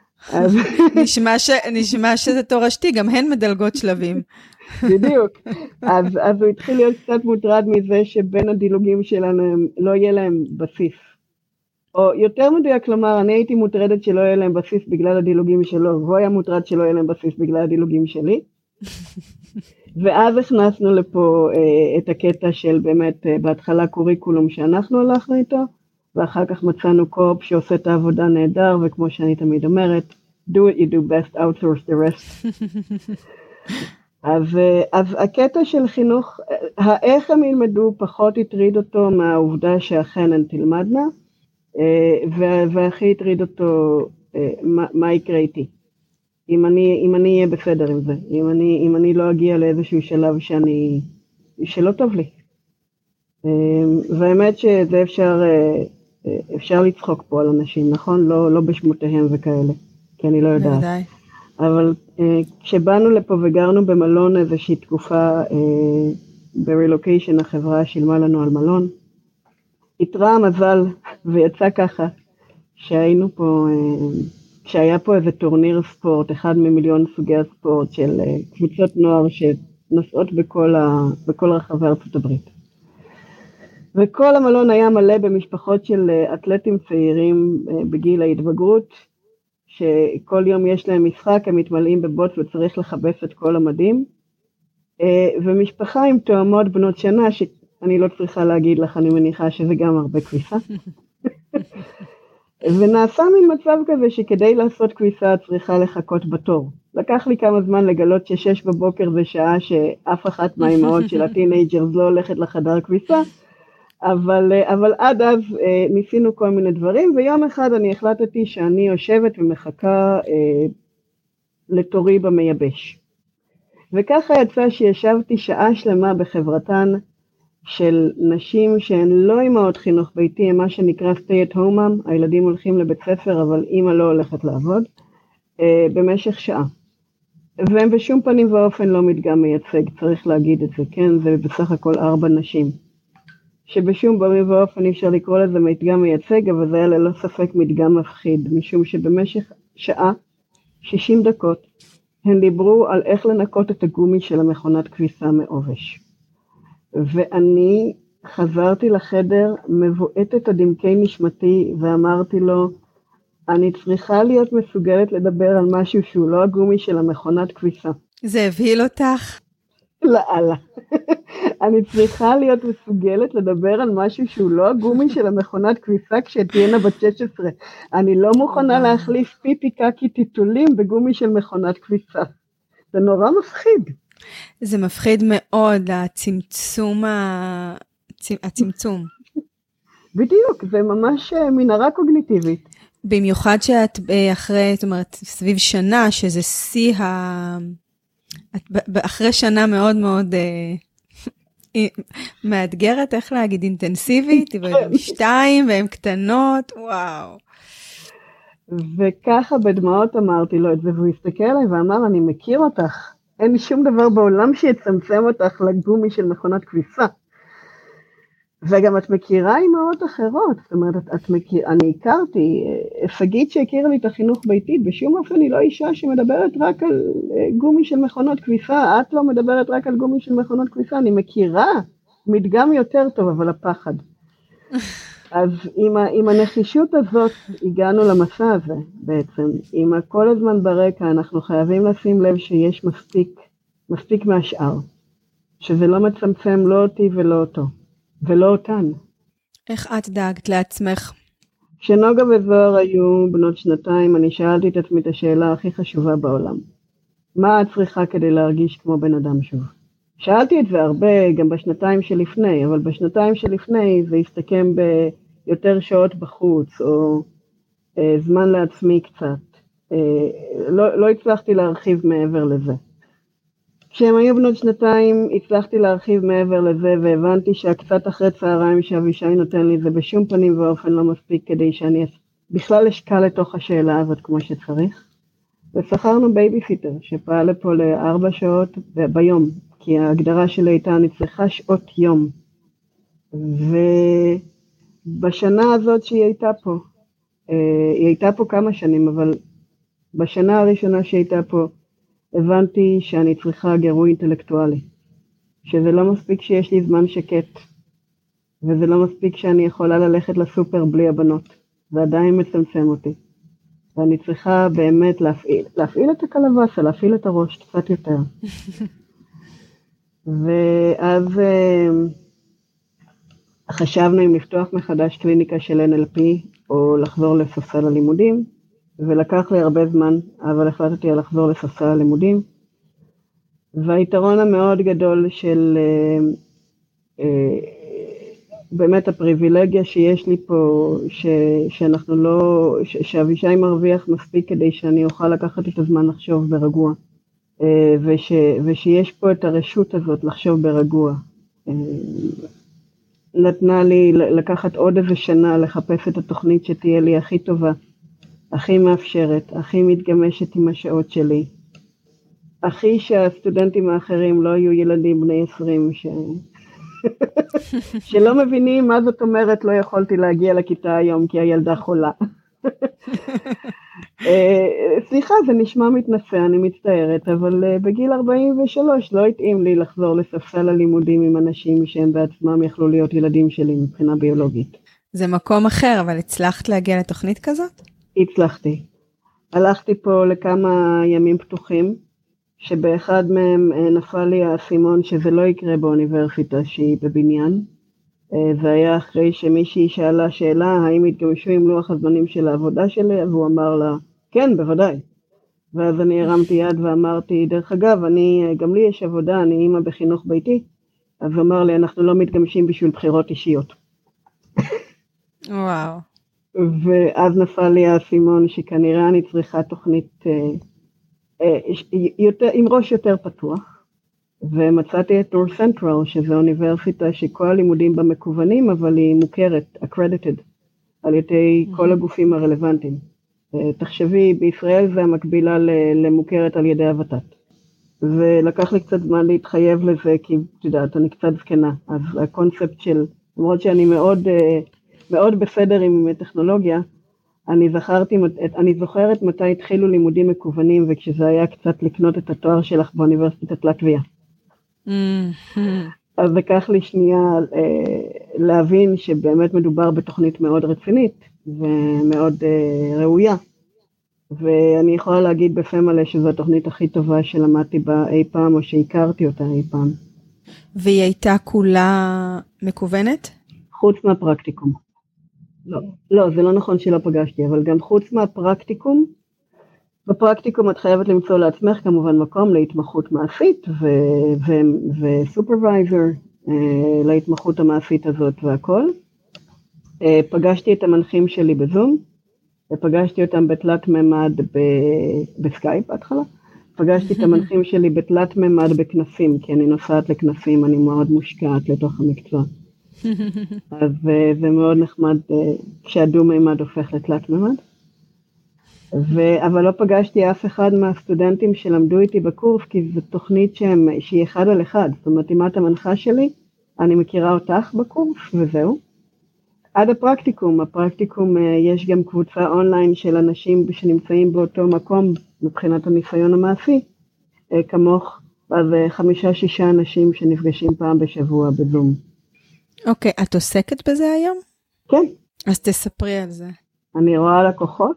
נשמע שזה תורשתי, גם הן מדלגות שלבים. בדיוק. אז הוא התחיל להיות קצת מוטרד מזה שבין הדילוגים שלנו לא יהיה להם בסיס. או יותר מדויק, כלומר, אני הייתי מוטרדת שלא יהיה להם בסיס בגלל הדילוגים שלו, והוא היה מוטרד שלא יהיה להם בסיס בגלל הדילוגים שלי. ואז הכנסנו לפה את הקטע של באמת בהתחלה קוריקולום שאנחנו הלכנו איתו, ואחר כך מצאנו קורפ שעושה את העבודה נהדר, וכמו שאני תמיד אומרת, do what you do best, outsource the rest. אז הקטע של חינוך, איך הם ילמדו פחות הטריד אותו מהעובדה שאכן הן תלמדנה, והכי הטריד אותו מה יקרה איתי. אם אני אהיה בסדר עם זה, אם אני לא אגיע לאיזשהו שלב שלא טוב לי. והאמת שזה אפשר לצחוק פה על אנשים, נכון? לא בשמותיהם וכאלה, כי אני לא יודעת. אבל כשבאנו לפה וגרנו במלון איזושהי תקופה, ברילוקיישן החברה שילמה לנו על מלון, התראה המזל ויצא ככה, שהיינו פה, כשהיה פה איזה טורניר ספורט, אחד ממיליון סוגי הספורט של קבוצות נוער שנוסעות בכל רחבי ארצות הברית. וכל המלון היה מלא במשפחות של אתלטים צעירים בגיל ההתבגרות, שכל יום יש להם משחק, הם מתמלאים בבוט וצריך לחבש את כל המדים, ומשפחה עם תאומות בנות שנה, שאני לא צריכה להגיד לך, אני מניחה שזה גם הרבה כביסה. ונעשה מין מצב כזה שכדי לעשות כביסה צריכה לחכות בתור. לקח לי כמה זמן לגלות ש6 בבוקר זה שעה שאף אחת מהאימהות של הטינג'רס לא הולכת לחדר כביסה, אבל עד אז ניסינו כל מיני דברים, ויום אחד אני החלטתי שאני יושבת ומחכה לתורי במייבש. וככה יצא שישבתי שעה שלמה בחברתן של נשים שהן לא אימהות חינוך ביתי, הם מה שנקרא stay at home mom, הילדים הולכים לבית ספר אבל אימא לא הולכת לעבוד, במשך שעה. והם בשום פנים ואופן לא מדגם מייצג, צריך להגיד את זה, כן? זה בסך הכל 4 נשים. שבשום פנים ואופן אפשר לקרוא לזה מדגם מייצג, אבל זה היה ללא ספק מדגם מפחיד, משום שבמשך שעה, 60 דקות, הם דיברו על איך לנקות את הגומי של המכונת כביסה מעובש. ואני חזרתי לחדר, מבועטת עד עמקי נשמתי, ואמרתי לו, אני צריכה להיות מסוגלת לדבר על משהו שהוא לא הגומי של המכונת כביסה. זה הבהיל אותך? לאללה. אני צריכה להיות מסוגלת לדבר על משהו שהוא לא הגומי של המכונת כביסה כשתהיינה בת 16. אני לא מוכנה להחליף פיפי קקי טיטולים בגומי של מכונת כביסה. זה נורא מפחיד. זה מפחיד מאוד, הצמצום. בדיוק, זה ממש מנהרה קוגניטיבית. במיוחד שאת אחרי, זאת אומרת, סביב שנה, שזה שיא אחרי שנה מאוד מאוד מאתגרת, איך להגיד, אינטנסיבית, והם 2 והם קטנות, וואו. וככה בדמעות אמרתי לו את זה, והוא הסתכל עליי ואמר, אני מכיר אותך, אין שום דבר בעולם שיצמצם אותך לגומי של מכונת כביסה. וגם את מכירה אימהות אחרות, זאת אומרת, אני הכרתי, שגית שהכירה לי את החינוך ביתי, בשום אופן היא לא אישה שמדברת רק על גומי של מכונות כביסה, את לא מדברת רק על גומי של מכונות כביסה, אני מכירה מדגם יותר טוב, אבל הפחד. אז עם הנחישות הזאת הגענו למסע הזה בעצם, עם כל הזמן ברקע אנחנו חייבים לשים לב שיש מספיק מהשאר, שזה לא מצמצם לא אותי ולא אותו. ולא אותן. איך את דאגת לעצמך? כשנוגה וזוהר היו בנות 2, אני שאלתי את עצמי את השאלה הכי חשובה בעולם. מה את צריכה כדי להרגיש כמו בן אדם שוב? שאלתי את זה הרבה, גם בשנתיים שלפני, אבל בשנתיים שלפני זה הסתכם ביותר שעות בחוץ, או זמן לעצמי קצת. לא הצלחתי להרחיב מעבר לזה. כשהם היו בנות 2, הצלחתי להרחיב מעבר לזה, והבנתי שהקצת אחרי צהריים שאבישי נותן לי, זה בשום פנים ואופן לא מספיק כדי שאני בכלל אשקע לתוך השאלה הזאת כמו שצריך. ושכרנו בייביסיטר שפעל לפה ל4 שעות ביום, כי ההגדרה שלי הייתה אני צריכה שעות יום. ובשנה הזאת שהיא הייתה פה, היא הייתה פה כמה שנים, אבל בשנה הראשונה שהיא הייתה פה, הבנתי שאני צריכה גירוי אינטלקטואלי, שזה לא מספיק שיש לי זמן שקט, וזה לא מספיק שאני יכולה ללכת לסופר בלי הבנות, זה עדיין מצמצם אותי, ואני צריכה באמת להפעיל את הקלבסה, להפעיל את הראש קצת יותר. ואז חשבנו אם לפתוח מחדש קליניקה של NLP, או לחזור לספסל הלימודים, ולקח לי הרבה זמן, אבל החלטתי על לחזור לספסל הלימודים. והיתרון המאוד גדול של באמת הפריבילגיה שיש לי פה, שאנחנו לא, שאבישי מרוויח מספיק כדי שאני אוכל לקחת את הזמן לחשוב ברגוע, ושיש פה את הרשות הזאת לחשוב ברגוע. נתנה לי לקחת עוד איזה שנה לחפש את התוכנית שתהיה לי הכי טובה, הכי מאפשרת, הכי מתגמשת עם השעות שלי. הכי שהסטודנטים האחרים לא יהיו ילדים בני 20 שלא מבינים מה זאת אומרת לא יכולתי להגיע לכיתה היום כי הילדה חולה. סליחה, זה נשמע מתנשא, אני מצטערת, אבל בגיל 43 לא התאים לי לחזור לספסל הלימודים עם אנשים שהם בעצמם יכלו להיות ילדים שלי מבחינה ביולוגית. זה מקום אחר, אבל הצלחת להגיע לתוכנית כזאת? הצלחתי. הלכתי פה לכמה ימים פתוחים, שבאחד מהם נפל לי האסימון שזה לא יקרה באוניברסיטה שהיא בבניין. זה היה אחרי שמישהי שאלה שאלה, האם התגמשו עם לוח הזמנים של העבודה שלי, והוא אמר לה, כן, בוודאי. ואז אני הרמתי יד ואמרתי, דרך אגב, גם לי יש עבודה, אני אימא בחינוך ביתי, אז הוא אמר לי, אנחנו לא מתגמשים בשביל בחירות אישיות. וואו. ואז נפל לי האסימון שכנראה אני צריכה תוכנית עם ראש יותר פתוח, ומצאתי את נור סנטרל, שזו אוניברסיטה שכל הלימודים בה מקוונים, אבל היא מוכרת, accredited, על ידי כל הגופים הרלוונטיים. תחשבי, בישראל זה המקבילה למוכרת על ידי הוות"ת. ולקח לי קצת זמן להתחייב לזה, כי את יודעת, אני קצת זקנה, אז הקונספט של, למרות שאני מאוד בסדר עם טכנולוגיה, אני זוכרת מתי התחילו לימודים מקוונים, וכשזה היה קצת לקנות את התואר שלך באוניברסיטת לטביה. אז לקח לי שנייה להבין שבאמת מדובר בתוכנית מאוד רצינית, ומאוד ראויה. ואני יכולה להגיד בפה מלא שזו התוכנית הכי טובה שלמדתי בה אי פעם, או שהכרתי אותה אי פעם. והיא הייתה כולה מקוונת? חוץ מהפרקטיקום. לא, זה לא נכון שלא פגשתי, אבל גם חוץ מהפרקטיקום, בפרקטיקום את חייבת למצוא לעצמך כמובן מקום להתמחות מעשית, וסופרוויזר להתמחות המעשית הזאת והכל. פגשתי את המנחים שלי בזום, ופגשתי אותם בתלת ממד בסקייפ בהתחלה, פגשתי את המנחים שלי בתלת ממד בכנסים, כי אני נוסעת לכנסים, אני מאוד מושקעת לתוך המקצוע. אז זה מאוד נחמד כשהדו מימד הופך לתלת מימד. אבל לא פגשתי אף אחד מהסטודנטים שלמדו איתי בקורס, כי זו תוכנית שהיא אחד על אחד. זאת אומרת, אם את המנחה שלי, אני מכירה אותך בקורס, וזהו. עד הפרקטיקום יש גם קבוצה אונליין של אנשים שנמצאים באותו מקום, מבחינת הניסיון המעשי, כמוך, אז 5-6 אנשים שנפגשים פעם בשבוע בזום. אוקיי, את עוסקת בזה היום? כן. אז תספרי על זה. אני רואה לקוחות.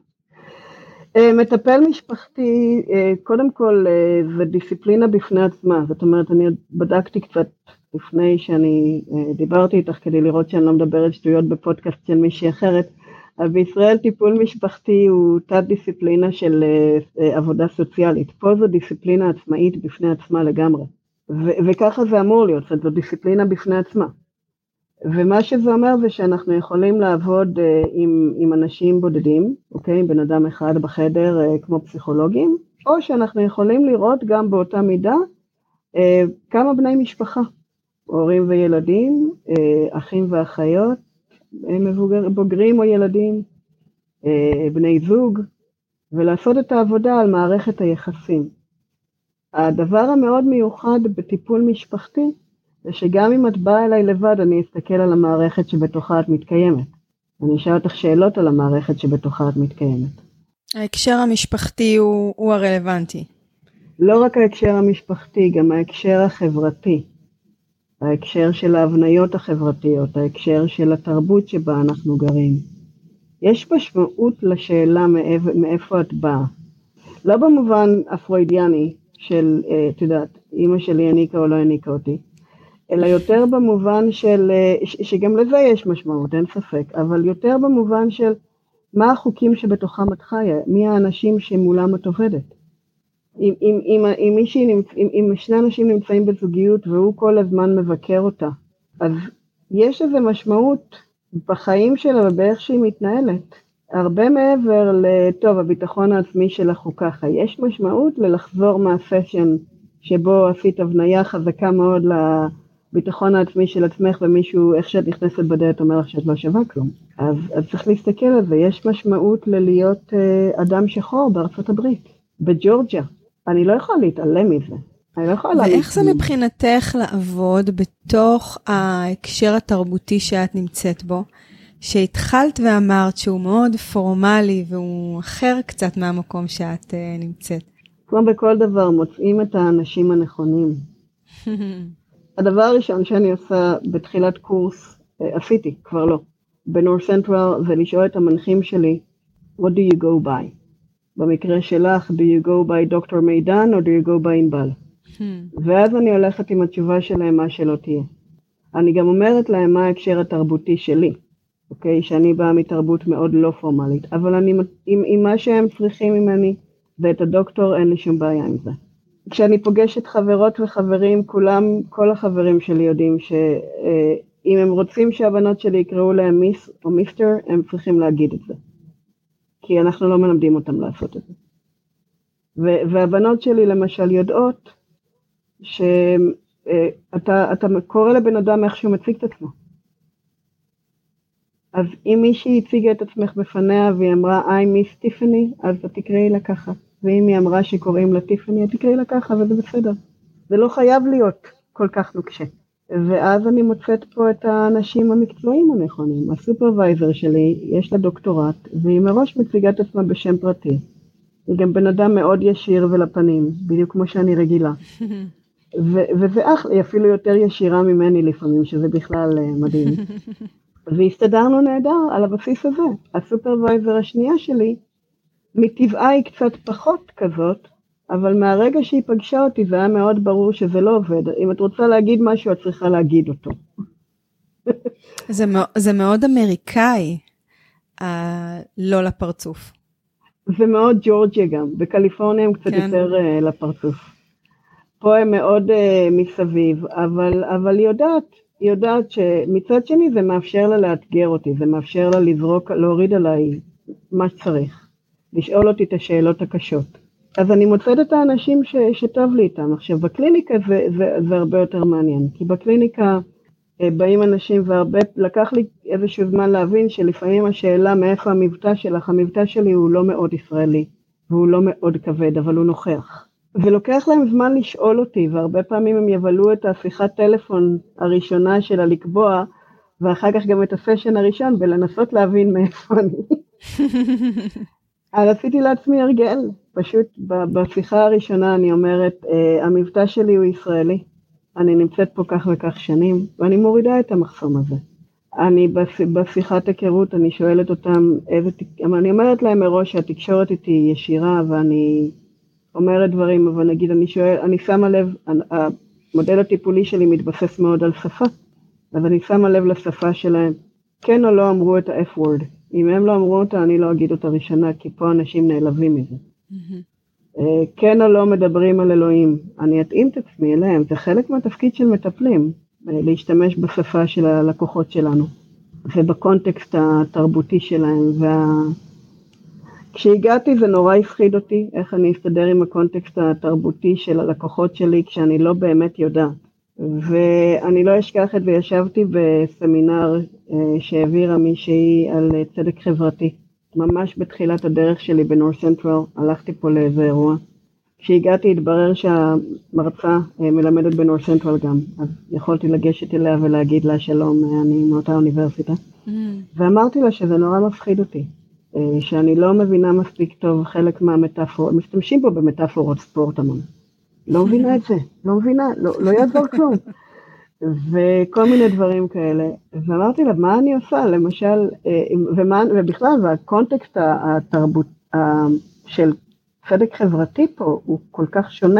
מטפל משפחתי, קודם כל זה דיסציפלינה בפני עצמה, זאת אומרת אני בדקתי קצת לפני שאני דיברתי איתך כדי לראות שאני לא מדברת שטויות בפודקאסט של מישהי אחרת, אבל בישראל טיפול משפחתי הוא תת דיסציפלינה של עבודה סוציאלית, פה זו דיסציפלינה עצמאית בפני עצמה לגמרי, וככה זה אמור להיות, זו דיסציפלינה בפני עצמה. ומה שזה אומר זה שאנחנו יכולים לעבוד עם אנשים בודדים, אוקיי, עם בן אדם אחד בחדר כמו פסיכולוגים, או שאנחנו יכולים לראות גם באותה מידה כמה בני משפחה, הורים וילדים, אחים ואחיות, בוגרים או ילדים, בני זוג, ולעשות את העבודה על מערכת היחסים. הדבר המאוד מיוחד בטיפול משפחתי, זה שגם אם את באה אליי לבד, אני אסתכל על המערכת שבתוכה את מתקיימת. אני אשאל אותך שאלות על המערכת שבתוכה את מתקיימת. ההקשר המשפחתי הוא הרלוונטי. לא רק ההקשר המשפחתי, גם ההקשר החברתי. ההקשר של ההבניות החברתיות, ההקשר של התרבות שבה אנחנו גרים. יש משמעות לשאלה מאיפה את באה. לא במובן הפרוידיאני של, את יודעת, אמא שלי הניקה או לא הניקה אותי, אלא יותר במובן של, שגם לזה יש משמעות, אין ספק, אבל יותר במובן של מה החוקים שבתוכם את חיה, מי האנשים שמולם את עובדת. אם שני אנשים נמצאים בזוגיות והוא כל הזמן מבקר אותה, אז יש איזו משמעות בחיים שלה ובאיך שהיא מתנהלת, הרבה מעבר לטוב, הביטחון העצמי שלך הוא ככה, יש משמעות ללחזור מהסשן שבו עשית הבניה חזקה מאוד ביטחון העצמי של עצמך, ומישהו, איך שאת נכנסת בדלת, אומר לך שאת לא שווה כלום. אז צריך להסתכל על זה, יש משמעות ללהיות אדם שחור בארצות הברית, בג'ורג'יה. אני לא יכולה להתעלם מזה. אני לא יכולה ואיך זה מבחינתך לעבוד בתוך ההקשר התרבותי שאת נמצאת בו, שהתחלת ואמרת שהוא מאוד פורמלי, והוא אחר קצת מהמקום שאת נמצאת? כמו בכל דבר, מוצאים את האנשים הנכונים. הדבר הראשון שאני עושה בתחילת קורס, עשיתי, כבר לא, בנור סנטרל, זה לשאול את המנחים שלי, what do you go by? במקרה שלך, do you go by דוקטור מידן, או do you go by ענבל? ואז אני הולכת עם התשובה שלהם, מה שלא תהיה. אני גם אומרת להם מה ההקשר התרבותי שלי, אוקיי? שאני באה מתרבות מאוד לא פורמלית, אבל עם מה שהם צריכים ממני, ואת הדוקטור אין לי שום בעיה עם זה. כשאני פוגשת חברות וחברים, כל החברים שלי יודעים שאם הם רוצים שהבנות שלי יקראו להם מיס או מיסטר, הם צריכים להגיד את זה. כי אנחנו לא מלמדים אותם לעשות את זה. והבנות שלי למשל יודעות שאתה קורא לבן אדם איך שהוא מציג את עצמו. אז אם מישהי הציגה את עצמך בפניה והיא אמרה, I miss Tiffany, אז תקראי לה ככה. ואם היא אמרה שקוראים לה טיפני, תקראי לה ככה, וזה בסדר. זה לא חייב להיות כל כך נוקשה. ואז אני מוצאת פה את האנשים המקצועיים הנכונים. הסופרוויזר שלי, יש לה דוקטורט, והיא מראש מציגה את עצמה בשם פרטי. היא גם בן אדם מאוד ישיר ולפנים, בדיוק כמו שאני רגילה. וזה היא אפילו יותר ישירה ממני לפעמים, שזה בכלל מדהים. והסתדרנו נהדר על הבסיס הזה. הסופרוויזר השנייה שלי, מטבעה היא קצת פחות כזאת, אבל מהרגע שהיא פגשה אותי זה היה מאוד ברור שזה לא עובד. אם את רוצה להגיד משהו, את צריכה להגיד אותו. זה מאוד אמריקאי, לא לפרצוף. זה מאוד ג'ורג'יה גם, בקליפורניה הם קצת יותר לפרצוף. פה הם מאוד מסביב, אבל היא יודעת שמצד שני זה מאפשר לה לאתגר אותי, זה מאפשר לה להוריד עליי מה שצריך. לשאול אותי את השאלות הקשות. אז אני מוצאת את האנשים שטוב לי איתם. עכשיו, בקליניקה זה הרבה יותר מעניין, כי בקליניקה באים אנשים, והרבה, לקח לי איזשהו זמן להבין שלפעמים השאלה מאיפה המבטא שלך, המבטא שלי הוא לא מאוד ישראלי, והוא לא מאוד כבד, אבל הוא נוכח. ולוקח להם זמן לשאול אותי, והרבה פעמים הם יבלו את השיחת טלפון הראשונה שלה לקבוע, ואחר כך גם את הסשן הראשון, ולנסות להבין מאיפה אני. אז עשיתי לעצמי הרגל, פשוט בשיחה הראשונה אני אומרת, המבטא שלי הוא ישראלי, אני נמצאת פה כך וכך שנים, ואני מורידה את המחסום הזה. אני בשיחת היכרות, אני שואלת אותם, אני אומרת להם מראש שהתקשורת איתי היא ישירה, ואני אומרת דברים, אבל נגיד, אני שמה לב, המודל הטיפולי שלי מתבסס מאוד על שפה, אז אני שמה לב לשפה שלהם, כן או לא אמרו את ה-F-word, אם הם לא אמרו אותה, אני לא אגיד אותה ראשונה, כי פה אנשים נעלבים מזה. כן או לא מדברים על אלוהים, אני אתאים את עצמי אליהם, זה חלק מהתפקיד של מטפלים, להשתמש בשפה של הלקוחות שלנו, ובקונטקסט התרבותי שלהם, כשהגעתי זה נורא הפחיד אותי, איך אני אסתדר עם הקונטקסט התרבותי של הלקוחות שלי, כשאני לא באמת יודעת. ואני לא אשכח את זה, ישבתי בסמינר שהעבירה מישהי על צדק חברתי, ממש בתחילת הדרך שלי בנורת' סנטרל, הלכתי פה לאיזה אירוע. כשהגעתי התברר שהמרצה מלמדת בנורת' סנטרל גם, אז יכולתי לגשת אליה ולהגיד לה שלום, אני מאותה אוניברסיטה. ואמרתי לה שזה נורא מפחיד אותי, שאני לא מבינה מספיק טוב חלק מהמטאפורות, משתמשים פה במטאפורות ספורט המון. לא מבינה את זה, לא מבינה, לא יעזור כלום. וכל מיני דברים כאלה. ואמרתי לה, מה אני עושה? למשל, ובכלל, והקונטקסט התרבות של צדק חברתי פה הוא כל כך שונה.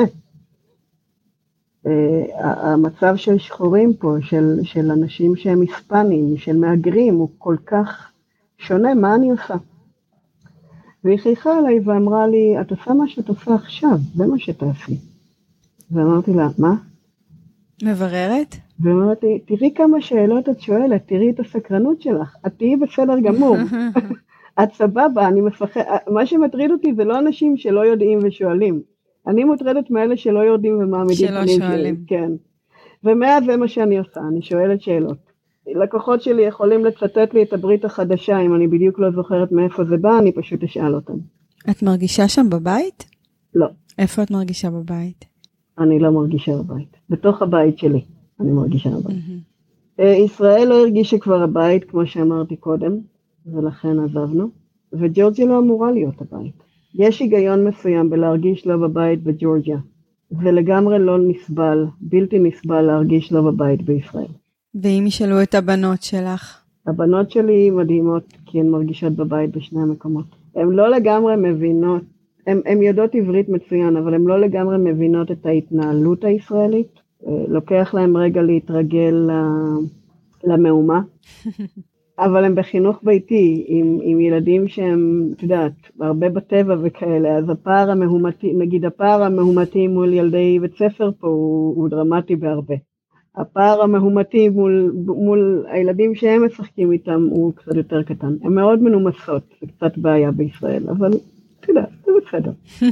המצב של שחורים פה, של אנשים שהם היספנים, של מהגרים, הוא כל כך שונה, מה אני עושה? והיא חייכה עליי ואמרה לי, את עושה מה שאת עושה עכשיו, זה מה שתעשי. ואמרתי לה, מה? מבררת? ואמרתי, תראי כמה שאלות את שואלת, תראי את הסקרנות שלך, את תהיי בסדר גמור. את סבבה, אני מפחד, מה שמטריד אותי זה לא אנשים שלא יודעים ושואלים. אני מוטרדת מאלה שלא יודעים ומעמידים פנים שלי. כן. ומאז זה מה שאני עושה, אני שואלת שאלות. לקוחות שלי יכולים לצטט לי את הברית החדשה, אם אני בדיוק לא זוכרת מאיפה זה בא, אני פשוט אשאל אותם. את מרגישה שם בבית? לא. איפה את מרגישה בבית? אני לא מרגישה בבית. בתוך הבית שלי אני מרגישה בבית. ישראל לא הרגישה כבר הבית, כמו שאמרתי קודם, ולכן עזבנו, וג'ורג'יה לא אמורה להיות הבית. יש היגיון מסוים בלהרגיש לא בבית בג'ורג'יה, ולגמרי לא נסבל, בלתי נסבל להרגיש לא בבית בישראל. ואם ישאלו את הבנות שלך? הבנות שלי מדהימות, כי הן מרגישות בבית בשני המקומות. הן לא לגמרי מבינות, הן יודעות עברית מצוין, אבל הן לא לגמרי מבינות את ההתנהלות הישראלית. לוקח להם רגע להתרגל למהומה. אבל הם בחינוך ביתי, עם ילדים שהם, את יודעת, הרבה בטבע וכאלה, אז הפער המהומתי, נגיד הפער המהומתי מול ילדי בית ספר פה הוא דרמטי בהרבה. הפער המהומתי מול הילדים שהם משחקים איתם הוא קצת יותר קטן. הם מאוד מנומסות, זה קצת בעיה בישראל, אבל את יודעת, זה בסדר.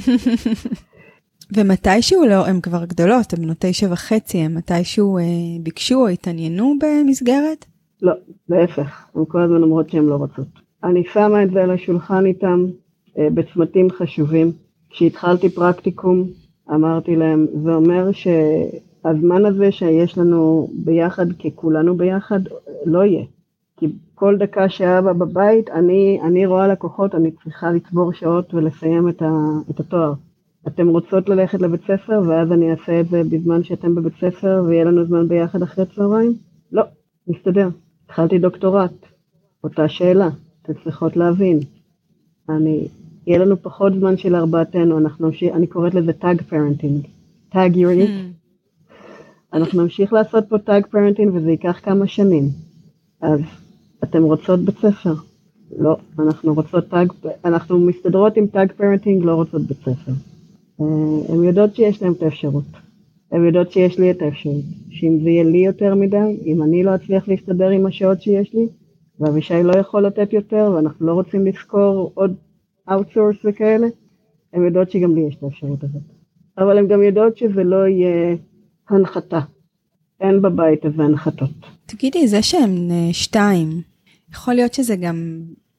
ומתישהו לא, הם כבר גדולות, הם 9.5, הם מתישהו ביקשו או התעניינו במסגרת? לא, להפך, הם כל הזמן אומרות שהם לא רוצות. אני שמה את זה על השולחן איתם בצמתים חשובים. כשהתחלתי פרקטיקום, אמרתי להם, זה אומר שהזמן הזה שיש לנו ביחד, ככולנו ביחד, לא יהיה. כי כל דקה שאבא בבית, אני רואה לקוחות, אני צריכה לצבור שעות ולסיים את התואר. אתם רוצות ללכת לבית ספר, ואז אני אעשה את זה בזמן שאתם בבית ספר, ויהיה לנו זמן ביחד אחרי צהריים? לא, מסתדר. התחלתי דוקטורט, אותה שאלה, אתם צריכות להבין. יהיה לנו פחות זמן של ארבעתנו, אני קוראת לזה טאג פרנטינג, טאג יורית. אנחנו נמשיך לעשות פה טאג פרנטינג, וזה ייקח כמה שנים. אז אתם רוצות בית ספר? לא, אנחנו מסתדרות עם טאג פרנטינג, לא רוצות בית ספר. הן יודעות שיש להם את האפשרות. הן יודעות שיש לי את האפשרות. שאם זה יהיה לי יותר מדי, אם אני לא אצליח להסתדר עם השעות שיש לי, ואבישי לא יכול לתת יותר, ואנחנו לא רוצים לזכור עוד אאוטסורס וכאלה, הן יודעות שגם לי יש את האפשרות הזאת. אבל הן גם יודעות שזה לא יהיה הנחתה. אין בבית הזה הנחתות. תגידי, זה שהם 2, יכול להיות שזה גם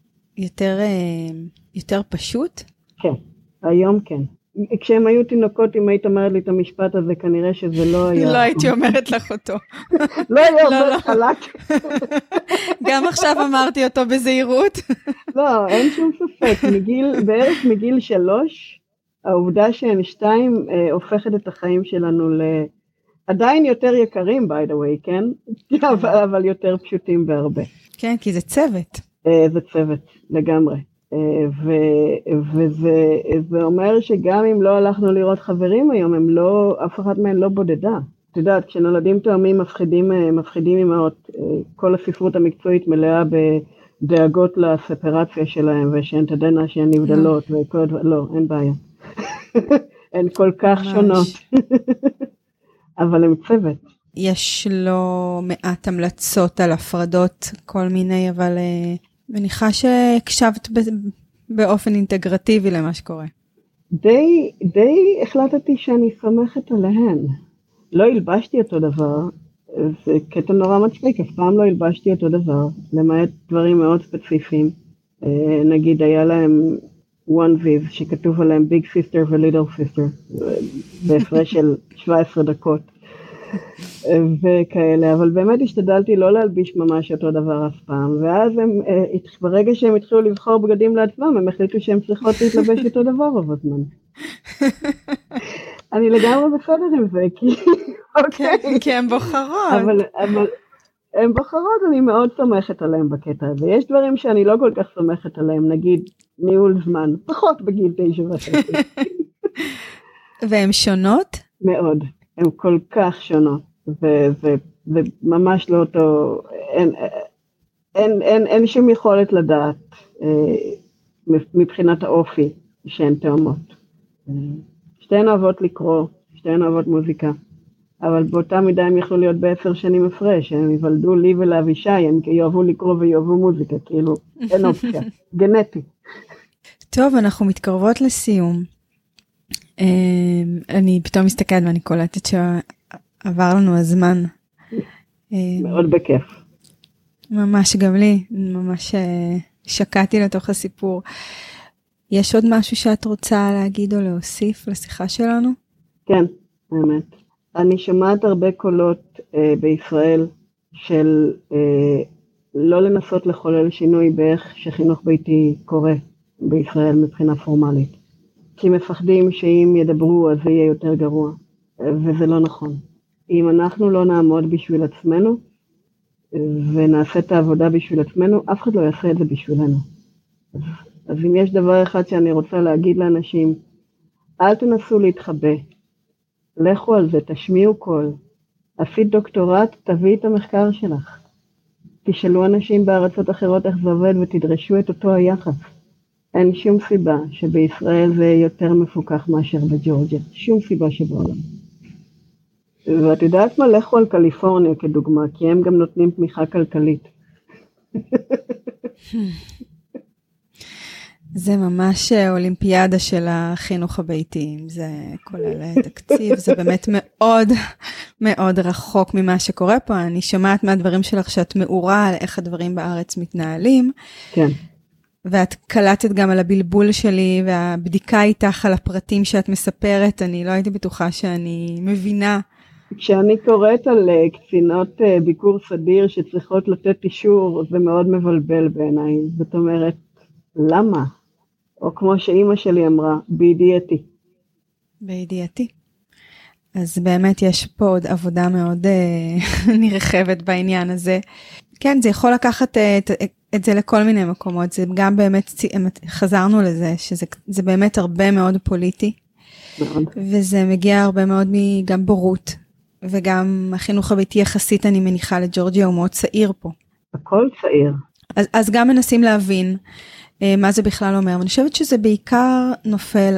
יותר פשוט? כן, היום כן. כשהם היו תינוקות, אם היית אומרת לי את המשפט הזה, כנראה שזה לא היה. לא הייתי אומרת לך אותו. לא היה עובד חלק. גם עכשיו אמרתי אותו בזהירות. לא, אין שום ספק. בערך מגיל 3, העובדה שהן 2 הופכת את החיים שלנו עדיין יותר יקרים, by the way, כן? אבל יותר פשוטים בהרבה. כן, כי זה צוות. זה צוות, לגמרי. וזה אומר שגם אם לא הלכנו לראות חברים היום, אף אחת מהן לא בודדה. את יודעת, כשנולדים תאומים מפחידים אמהות, כל הספרות המקצועית מלאה בדאגות לספרציה שלהם, ושהן תדענה שהן נבדלות, לא, אין בעיה. הן כל כך שונות. אבל הם צוות. יש לו מעט המלצות על הפרדות, כל מיני, אבל מניחה שהקשבת באופן אינטגרטיבי למה שקורה. די החלטתי שאני סומכת עליהן. לא הלבשתי אותו דבר, זה קטע נורא מצחיק, אף פעם לא הלבשתי אותו דבר, למעט דברים מאוד ספציפיים. נגיד היה להם onesies שכתוב עליהם Big Sister ו-Little Sister, בהפרש של 17 דקות. וכאלה, אבל באמת השתדלתי לא להלביש ממש אותו דבר אף פעם, ואז ברגע שהם התחילו לבחור בגדים לעצמם, הם החליטו שהם צריכות להתלבש אותו דבר רוב הזמן. אני לגמרי בסדר עם זה, כי הם בוחרות. אבל הם בוחרות, אני מאוד סומכת עליהם בקטע הזה. יש דברים שאני לא כל כך סומכת עליהם, נגיד ניהול זמן, פחות בגיל 9.5. והן שונות? מאוד. הן כל כך שונות, וממש לא אותו, אין שום יכולת לדעת מבחינת האופי שהן תאומות. שתיהן אוהבות לקרוא, שתיהן אוהבות מוזיקה, אבל באותה מידה הם יכלו להיות ב10 שנים הפרש, הם יוולדו לי ולאבישי, הם יאהבו לקרוא ויאהבו מוזיקה, כאילו אין אופציה, גנטי. טוב, אנחנו מתקרבות לסיום. אני פתאום מסתכלת ואני קולטת שעבר לנו הזמן. מאוד בכיף. ממש גם לי, ממש שקעתי לתוך הסיפור. יש עוד משהו שאת רוצה להגיד או להוסיף לשיחה שלנו? כן, האמת. אני שומעת הרבה קולות בישראל של לא לנסות לחולל שינוי באיך שחינוך ביתי קורה בישראל מבחינה פורמלית. כי מפחדים שאם ידברו אז זה יהיה יותר גרוע, וזה לא נכון. אם אנחנו לא נעמוד בשביל עצמנו, ונעשה את העבודה בשביל עצמנו, אף אחד לא יעשה את זה בשבילנו. אז אם יש דבר אחד שאני רוצה להגיד לאנשים, אל תנסו להתחבא, לכו על זה, תשמיעו קול, עשית דוקטורט, תביאי את המחקר שלך. תשאלו אנשים בארצות אחרות איך זה עובד ותדרשו את אותו היחס. אין שום סיבה שבישראל זה יותר מפוקח מאשר בג'ורג'יה, שום סיבה שבעולם. ואת יודעת מה, לכו על קליפורניה כדוגמה, כי הם גם נותנים תמיכה כלכלית. זה ממש אולימפיאדה של החינוך הביתי, זה כולל תקציב, זה באמת מאוד מאוד רחוק ממה שקורה פה. אני שומעת מהדברים שלך שאת מעורה על איך הדברים בארץ מתנהלים. כן. ואת קלטת גם על הבלבול שלי, והבדיקה איתך על הפרטים שאת מספרת, אני לא הייתי בטוחה שאני מבינה. כשאני קוראת על קצינות ביקור סדיר שצריכות לתת אישור, זה מאוד מבלבל בעיניי. זאת אומרת, למה? או כמו שאימא שלי אמרה, בידיעתי. בידיעתי. אז באמת יש פה עוד עבודה מאוד נרחבת בעניין הזה. כן, זה יכול לקחת את זה לכל מיני מקומות. זה גם באמת, חזרנו לזה, שזה באמת הרבה מאוד פוליטי. מאוד. וזה מגיע הרבה מאוד גם בורות. וגם החינוך הביתי יחסית, אני מניחה, לג'ורג'יה הוא מאוד צעיר פה. הכל צעיר. אז גם מנסים להבין מה זה בכלל אומר. ואני חושבת שזה בעיקר נופל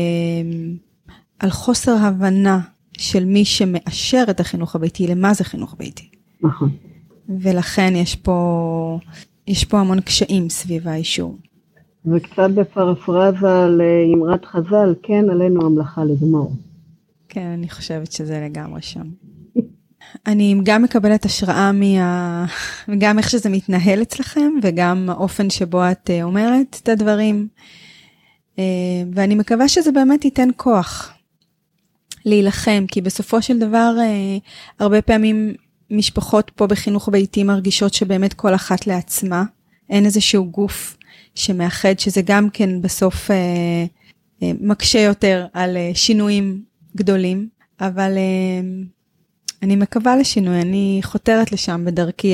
על חוסר הבנה של מי שמאשר את החינוך הביתי, למה זה חינוך ביתי. נכון. ולכן יש פה המון קשיים סביב האישור. וקצת בפרפרזה לאמרת חז"ל, כן, עלינו המלאכה לגמור. כן, אני חושבת שזה לגמרי שם. אני גם מקבלת השראה גם איך שזה מתנהל אצלכם, וגם האופן שבו את אומרת את הדברים. ואני מקווה שזה באמת ייתן כוח להילחם, כי בסופו של דבר, הרבה פעמים משפחות פה בחינוך ביתי מרגישות שבאמת כל אחת לעצמה, אין איזשהו גוף שמאחד, שזה גם כן בסוף מקשה יותר על שינויים גדולים, אבל אני מקווה לשינוי, אני חותרת לשם בדרכי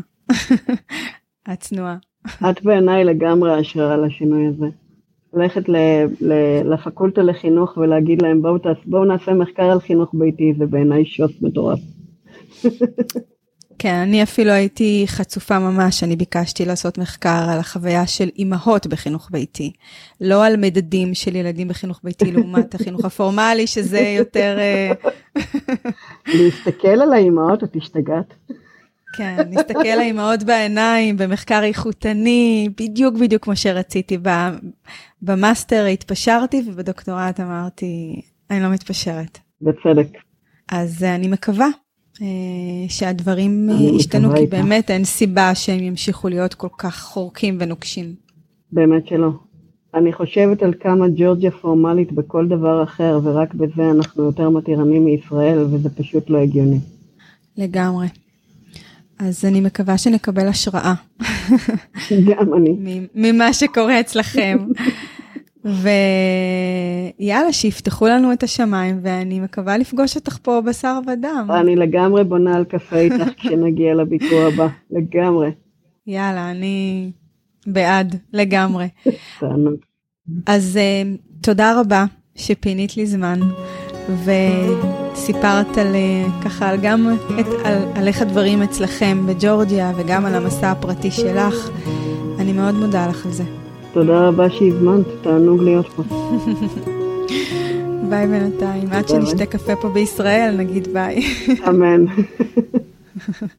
הצנועה. את בעיניי לגמרי השראה לשינוי הזה. ללכת לפקולטה לחינוך ולהגיד להם בואו נעשה מחקר על חינוך ביתי, זה בעיניי שוט מטורף. כן, אני אפילו הייתי חצופה ממש, אני ביקשתי לעשות מחקר על החוויה של אימהות בחינוך ביתי, לא על מדדים של ילדים בחינוך ביתי לעומת החינוך הפורמלי, שזה יותר... להסתכל על האימהות, את השתגעת. כן, נסתכל על האימהות בעיניים, במחקר איכותני, בדיוק כמו שרציתי. במאסטר התפשרתי, ובדוקטורט אמרתי, אני לא מתפשרת. בצדק. אז אני מקווה שהדברים ישתנו, כי באמת אין סיבה שהם ימשיכו להיות כל כך חורקים ונוקשים. באמת שלא. אני חושבת על כמה ג'ורג'יה פורמלית בכל דבר אחר, ורק בזה אנחנו יותר מתירנים מישראל, וזה פשוט לא הגיוני. לגמרי. אז אני מקווה שנקבל השראה. גם אני. ממה שקורה אצלכם. ויאללה, שיפתחו לנו את השמיים, ואני מקווה לפגוש אותך פה בשר ודם. אני לגמרי בונה על קפה איתך כשנגיע לביקור הבא, לגמרי. יאללה, אני בעד, לגמרי. אז תודה רבה שפינית לי זמן, וסיפרת על ככה גם על איך הדברים אצלכם בג'ורג'יה, וגם על המסע הפרטי שלך. אני מאוד מודה לך על זה. תודה רבה שהזמנת, תענוג להיות פה. ביי בינתיים, עד שנשתה קפה פה בישראל, נגיד ביי. אמן.